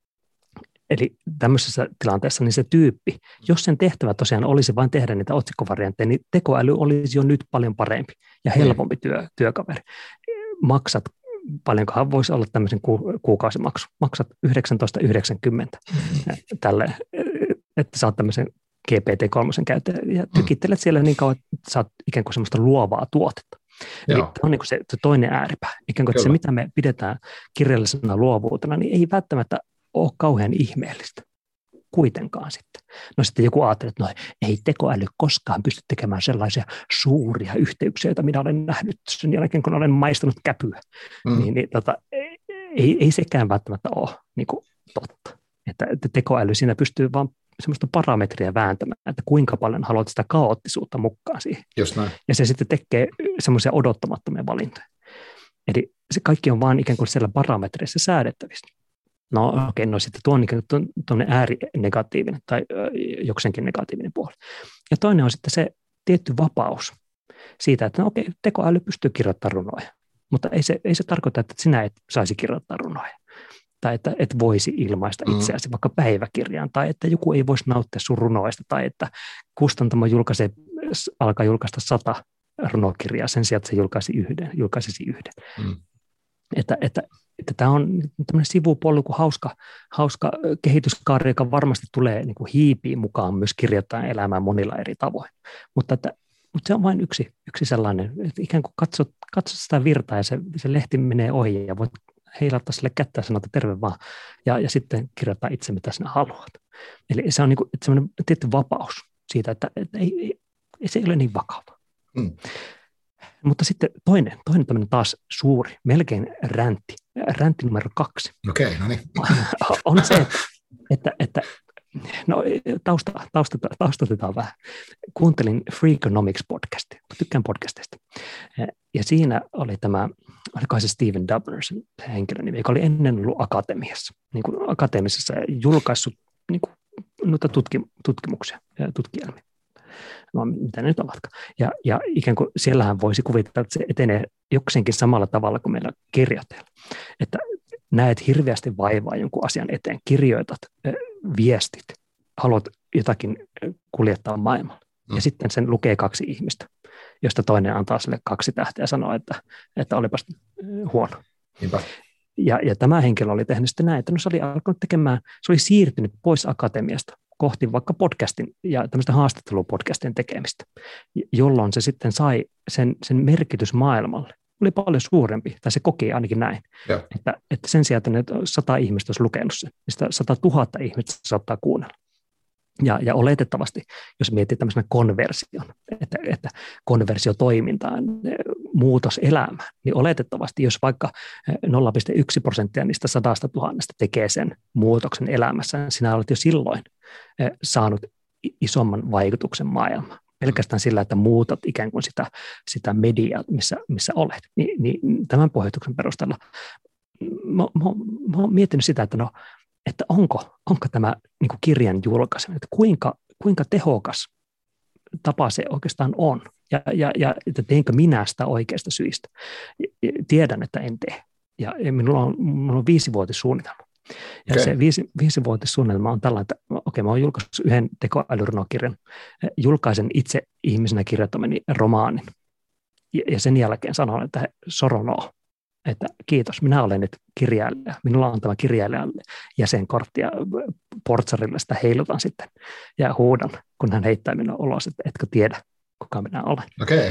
eli tämmöisessä tilanteessa niin se tyyppi, jos sen tehtävä tosiaan olisi vain tehdä niitä otsikkovariantteja, niin tekoäly olisi jo nyt paljon parempi ja helpompi työkaveri. Maksat, paljonkohan voisi olla tämmöisen kuukausimaksu. Maksat 19,90 tälle, että saat tämmöisen GPT-3 käyttäjä ja tykittelet siellä niin kauan, että saat ikään kuin semmoista luovaa tuotetta. Eli tämä on niin kuin se toinen ääripää. Ikään kuin, että se, mitä me pidetään kirjallisena luovuutena, niin ei välttämättä ole kauhean ihmeellistä kuitenkaan sitten. No sitten joku ajattelee, että no, ei tekoäly koskaan pysty tekemään sellaisia suuria yhteyksiä, joita minä olen nähnyt sen jälkeen, kun olen maistanut käpyä. Ei sekään välttämättä ole niin kuin totta. Että tekoäly siinä pystyy vaan semmoista parametria vääntämään, että kuinka paljon haluat sitä kaoottisuutta mukaan siihen. Just näin. Ja se sitten tekee semmoisia odottamattomia valintoja. Eli se kaikki on vaan ikään kuin siellä parametreissa säädettävistä. No okei, no sitten tuo on ikään kuin tuonne äärinegatiivinen tai jokseenkin negatiivinen puoli. Ja toinen on sitten se tietty vapaus siitä, että no okei, tekoäly pystyy kirjoittamaan runoja. mutta ei se tarkoita, että sinä et saisi kirjoittaa runoja. Tai että et voisi ilmaista itseäsi vaikka päiväkirjaan, tai että joku ei voisi nauttia sun runoista, tai että kustantamo alkaa julkaista 100 runokirjaa sen sijaan, että se julkaisisi yhden. Että tämä on tämmöinen sivupolku, hauska kehityskaari, joka varmasti tulee niin kuin hiipiin mukaan myös kirjoittajan elämään monilla eri tavoin. Mutta se on vain yksi sellainen, että ikään kuin katsot sitä virtaa ja se lehti menee ohi ja voit heilauttaa sille kättä ja sanoa, että terve vaan, ja sitten kirjoittaa itse, mitä sinä haluat. Eli se on niin kuin semmoinen tietty vapaus siitä, että se ei ole niin vakava. Mutta sitten toinen tämmöinen taas suuri, melkein räntti numero 2. Okei, no niin. On se, että no taustatetaan vähän. Kuuntelin Freakonomics-podcastia, tykkään podcasteista. Ja siinä oli olikohan se Stephen Dubner, se henkilö nimi, joka oli ennen ollut akatemiassa, niin kuin akateemisessa ja julkaissut niin kuin, noita tutkimuksia ja tutkielmia. No, mitä ne nyt ovatkaan. Ja ikään kuin siellähän voisi kuvitella, että se etenee jokseenkin samalla tavalla kuin meillä kirjoittajalla. Että näet hirveästi vaivaa jonkun asian eteen, kirjoitat viestit, haluat jotakin kuljettaa maailmalla. Ja sitten sen lukee 2 ihmistä, josta toinen antaa sille 2 tähteä ja sanoo, että olipas huono. Niinpä. Ja tämä henkilö oli tehnyt sitten näin, että se oli alkanut tekemään, se oli siirtynyt pois akatemiasta kohti vaikka podcastin ja tämmöistä haastattelupodcastien tekemistä, jolloin se sitten sai sen merkitys maailmalle. Oli paljon suurempi, tai se koki ainakin näin, että sen sijaan, että 100 ihmistä olisi lukenut sen, niin sitä 100 000 ihmistä saattaa kuunnella. Ja oletettavasti, jos miettii tämmöisenä konversion, että konversiotoimintaan, muutos elämään, niin oletettavasti, jos vaikka 0,1% niistä 100 000 tekee sen muutoksen elämässä, niin sinä olet jo silloin saanut isomman vaikutuksen maailmaan. Pelkästään sillä, että muutat ikään kuin sitä mediaa, missä olet. Niin tämän pohjoituksen perusteella mä oon miettinyt sitä, että onko tämä niin kuin kirjan julkaiseminen, että kuinka tehokas tapa se oikeastaan on, ja että teenkö minä sitä oikeasta syistä. Tiedän, että en tee, ja minulla on 5-vuotissuunnitelma. Ja se 5-vuotissuunnitelma on tällainen, että mä oon julkaissut 1 tekoälyrunokirjan, julkaisen itse ihmisenä kirjoittamani romaanin, ja sen jälkeen sanon, että soronoo. Että kiitos, minä olen nyt kirjailija. Minulla on tämä kirjailijan jäsenkortti ja portsarilla sitä heilutan sitten ja huudan, kun hän heittää minua ulos, että etkö tiedä, kuka minä olen. Okay.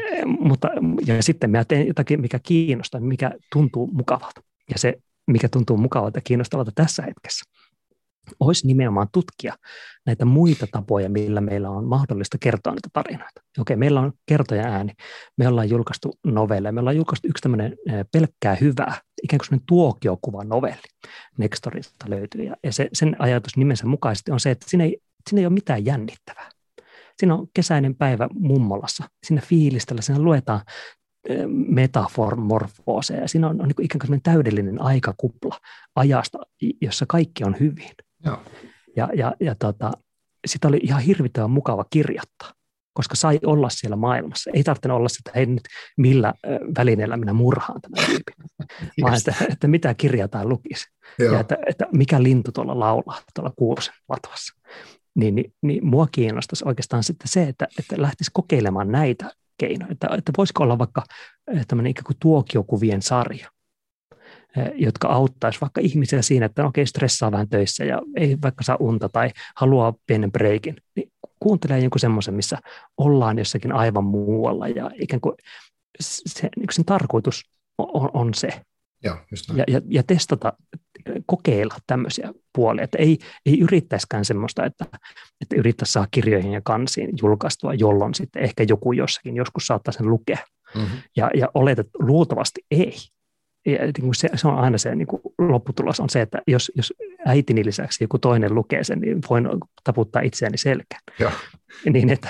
Ja sitten minä teen jotakin, mikä kiinnostaa, mikä tuntuu mukavalta. Ja se, mikä tuntuu mukavalta ja kiinnostavalta tässä hetkessä, olisi nimenomaan tutkia näitä muita tapoja, millä meillä on mahdollista kertoa näitä tarinoita. Meillä on kertoja ääni, me ollaan julkaistu novelleja, me ollaan julkaistu yksi tämmöinen pelkkää hyvää, ikään kuin semmoinen tuokiokuva novelli Nextorista löytyy. Ja sen ajatus nimensä mukaisesti on se, että siinä ei ole mitään jännittävää. Siinä on kesäinen päivä mummolassa, siinä fiilistellä, siinä luetaan metamorfooseja, ja siinä on niin kuin ikään kuin täydellinen aikakupla ajasta, jossa kaikki on hyvin. Joo. Ja sitä oli ihan hirvittävän mukava kirjoittaa, koska sai olla siellä maailmassa. Ei tarvitse olla sitä, hei nyt millä välineellä minä murhaan tämän tyypin, vaan että mitä kirjaa tämä lukisi. Joo. Ja että mikä lintu tuolla laulaa tuolla kuusen latvassa. Niin mua kiinnostaisi oikeastaan sitten se, että lähtisi kokeilemaan näitä keinoja. Että voisiko olla vaikka tämmöinen ikään kuin tuokiokuvien sarja, jotka auttaisi vaikka ihmisiä siinä, että stressaa vähän töissä ja ei vaikka saa unta tai haluaa pienen breikin, niin kuuntelee jonkun semmoisen, missä ollaan jossakin aivan muualla ja ikään kuin sen tarkoitus on se. Joo, just näin. Ja testata, kokeilla tämmöisiä puolia, että ei yrittäisikään semmoista, että yrittäisi saada kirjoihin ja kansiin julkaistua, jolloin sitten ehkä joku jossakin joskus saattaa sen lukea. Mm-hmm. Ja oletet, luultavasti ei. Ja se on aina se niin kuin lopputulos on se, että jos äitini lisäksi joku toinen lukee sen, niin voin taputtaa itseäni selkään. Ja. Niin, että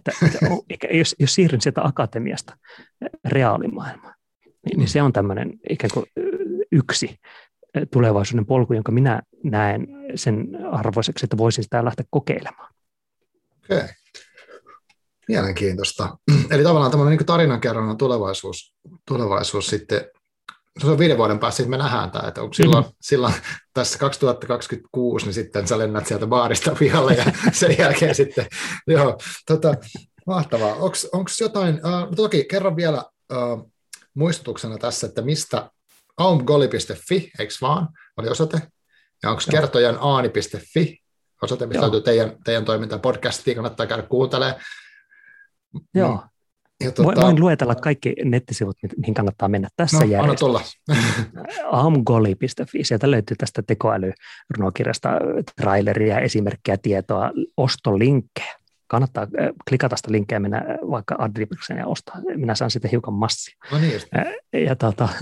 jos siirryn sieltä akatemiasta reaalimaailmaan, niin se on tämmöinen ikään kuin yksi tulevaisuuden polku, jonka minä näen sen arvoiseksi, että voisin sitä lähteä kokeilemaan. Okay. Mielenkiintoista. Eli tavallaan tämmöinen niin tarinankerronnan tulevaisuus sitten, se on 5 vuoden päästä, sitten me nähdään tämä, että onko silloin tässä 2026, niin sitten sä lennät sieltä baarista pihalle ja sen jälkeen sitten, joo, mahtavaa. Onko jotain, toki kerran vielä muistutuksena tässä, että mistä aumgoli.fi, eikö vaan, oli osoite, ja onko kertojanaani.fi, osoite, mistä löytyy teidän toimintaan podcastiin, kannattaa käydä kuuntelemaan. Joo. Voin luetella kaikki nettisivut, mihin kannattaa mennä tässä järjestelmässä. Aumgoli.fi, sieltä löytyy tästä tekoälyrunokirjasta traileria, esimerkkejä, tietoa, ostolinkkejä. Kannattaa klikata sitä linkkiä ja mennä vaikka Adlibrikseen ja ostaa. Minä saan sitten hiukan massia. No niin. Ja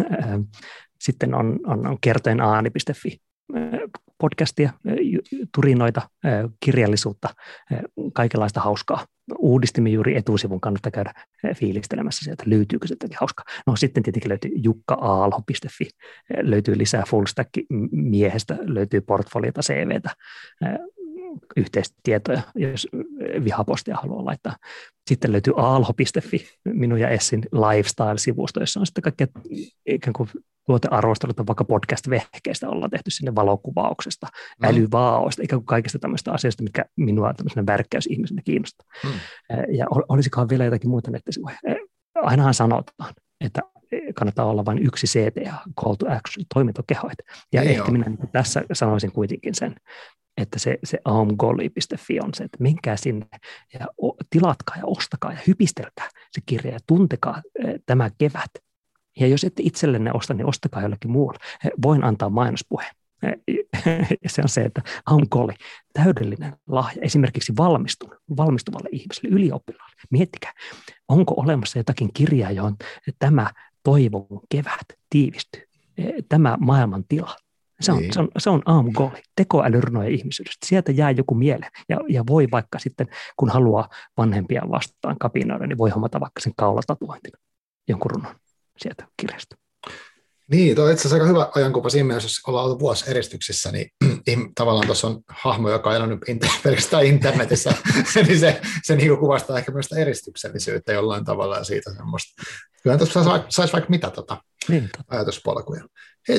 sitten on kertojanaani.fi. Podcastia, turinoita, kirjallisuutta, kaikenlaista hauskaa. Uudistimme juuri etusivun, kannattaa käydä fiilistelemässä sieltä, löytyykö se jotakin hauskaa. No sitten tietenkin löytyy jukkaalho.fi, löytyy lisää fullstack-miehestä, löytyy portfoliota, CVtä, yhteistietoja, jos vihapostia haluaa laittaa. Sitten löytyy aalho.fi, minun ja Essin lifestyle-sivusto, jossa on sitten kaikkea ikään kuin tuotearvosteluta, vaikka podcast-vehkeistä ollaan tehty sinne valokuvauksesta, älyvaoista, ikään kuin kaikista tämmöistä asioista, mitkä minua tämmöisenä värkkäysihmisenä kiinnostaa. Ja olisikohan vielä jotakin muita nettisivuja? Ainahan sanotaan, että kannattaa olla vain yksi CTA, call to action, toimintokehoit. Ja ehkä minä tässä sanoisin kuitenkin sen, että se aumgoli.fi on se, että menkää sinne ja tilatkaa ja ostakaa ja hypistelkää se kirja ja tuntekaa tämä kevät. Ja jos ette itsellenne osta, niin ostakaa jollekin muulle. Voin antaa mainospuheen. Ja se on se, että Aumgoli, täydellinen lahja esimerkiksi valmistuvalle ihmiselle, ylioppilaalle. Miettikää, onko olemassa jotakin kirjaa, johon tämä toivon kevät tiivistyy, tämä maailman tila. Se on Aumgoli, tekoälyrunoja ihmisyydestä. Sieltä jää joku mieleen ja voi vaikka sitten, kun haluaa vanhempia vastaan kapinoida, niin voi hommata vaikka sen kaulatatuointina jonkun runon sieltä kirjasta. Niin, tuo on itse asiassa aika hyvä ajankuva siinä mielessä, jos ollaan ollut vuosi eristyksissä, niin tavallaan tuossa on hahmo, joka on elänyt pelkästään internetissä, niin se niin kuvastaa ehkä myös eristyksellisyyttä jollain tavalla ja siitä semmoista. Kyllähän tuossa saisi vaikka mitä ajatuspolkuja. Hei,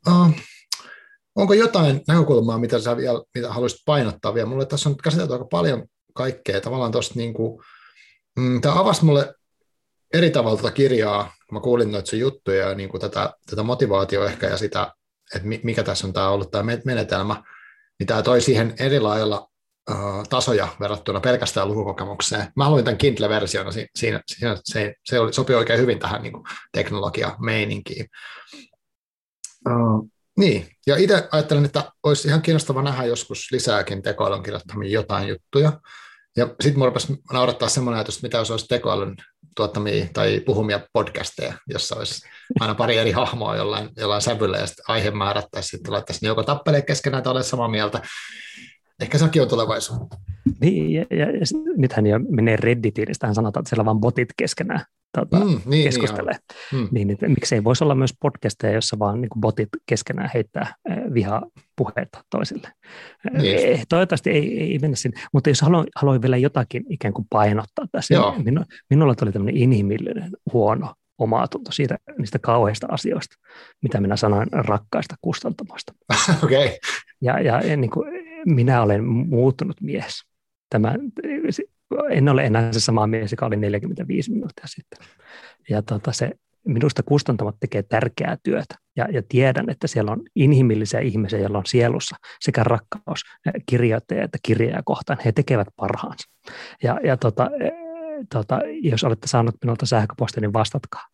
onko jotain näkökulmaa, mitä haluaisit painottaa vielä? Mulle tässä on käsitelty aika paljon kaikkea. Tavallaan tuosta tämä avasi mulle eri tavalla tätä kirjaa, kun mä kuulin noita sun juttuja ja niin kuin tätä motivaatioa ehkä ja sitä, että mikä tässä on ollut tämä menetelmä, niin tämä toi siihen eri lailla tasoja verrattuna pelkästään lukukokemukseen. Mä haluin tämän Kindle-version, se sopii oikein hyvin tähän niin kuin teknologia-meininkiin. Niin, ja itse ajattelen, että olisi ihan kiinnostava nähdä joskus lisääkin tekoälyn kirjoittamia jotain juttuja. Ja sitten minua rupesi naurattaa semmoinen ajatus, että mitä jos olisi tekoälyn tuottamia tai puhumia podcasteja, jossa olisi aina pari eri hahmoa jollain sävyllä ja sitten aihe määrättäisiin, sitten laittaisiin joko tappelee keskenään tai ole samaa mieltä. Ehkä sekin on tulevaisuutta. Niin, ja nythän jo menee Redditiin, niin sitähän sanotaan, että siellä vaan botit keskenään keskustelee. Niin, miksei voisi olla myös podcasteja, jossa vaan niin kuin botit keskenään heittää vihapuheita toisille. Niin. Toivottavasti ei mennä sinne, mutta jos haluan vielä jotakin ikään kuin painottaa tässä, niin minulla tuli tämmöinen inhimillinen huono omatunto niistä kauheista asioista, mitä minä sanoin rakkaista kustantamoista. Okay. Ja niin kuin, minä olen muuttunut mies. En ole enää se sama mies, joka oli 45 minuuttia sitten. Ja minusta kustantamat tekee tärkeää työtä. Ja tiedän, että siellä on inhimillisiä ihmisiä, joilla on sielussa sekä rakkaus kirjoittajia että kirjaa kohtaan. He tekevät parhaansa. Jos olette saanut minulta sähköpostia, niin vastatkaa.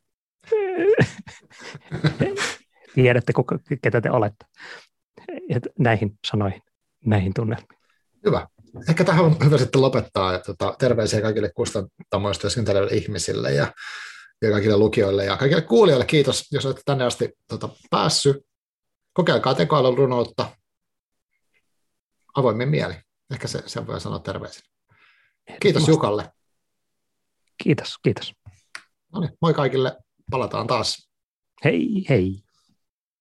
Tiedätte, ketä te olette. Ja näihin sanoihin, näihin tunnelmiin. Hyvä. Ehkä tähän on hyvä sitten lopettaa. Terveisiä kaikille kustantamoista työskenteleville ihmisille ja kaikille lukijoille ja kaikille kuulijoille. Kiitos, jos olette tänne asti päässyt. Kokeilkaa tekoälyn runoutta avoimin mieli. Ehkä sen voi sanoa terveisin. Kiitos Jukalle. Kiitos. No niin, moi kaikille. Palataan taas. Hei.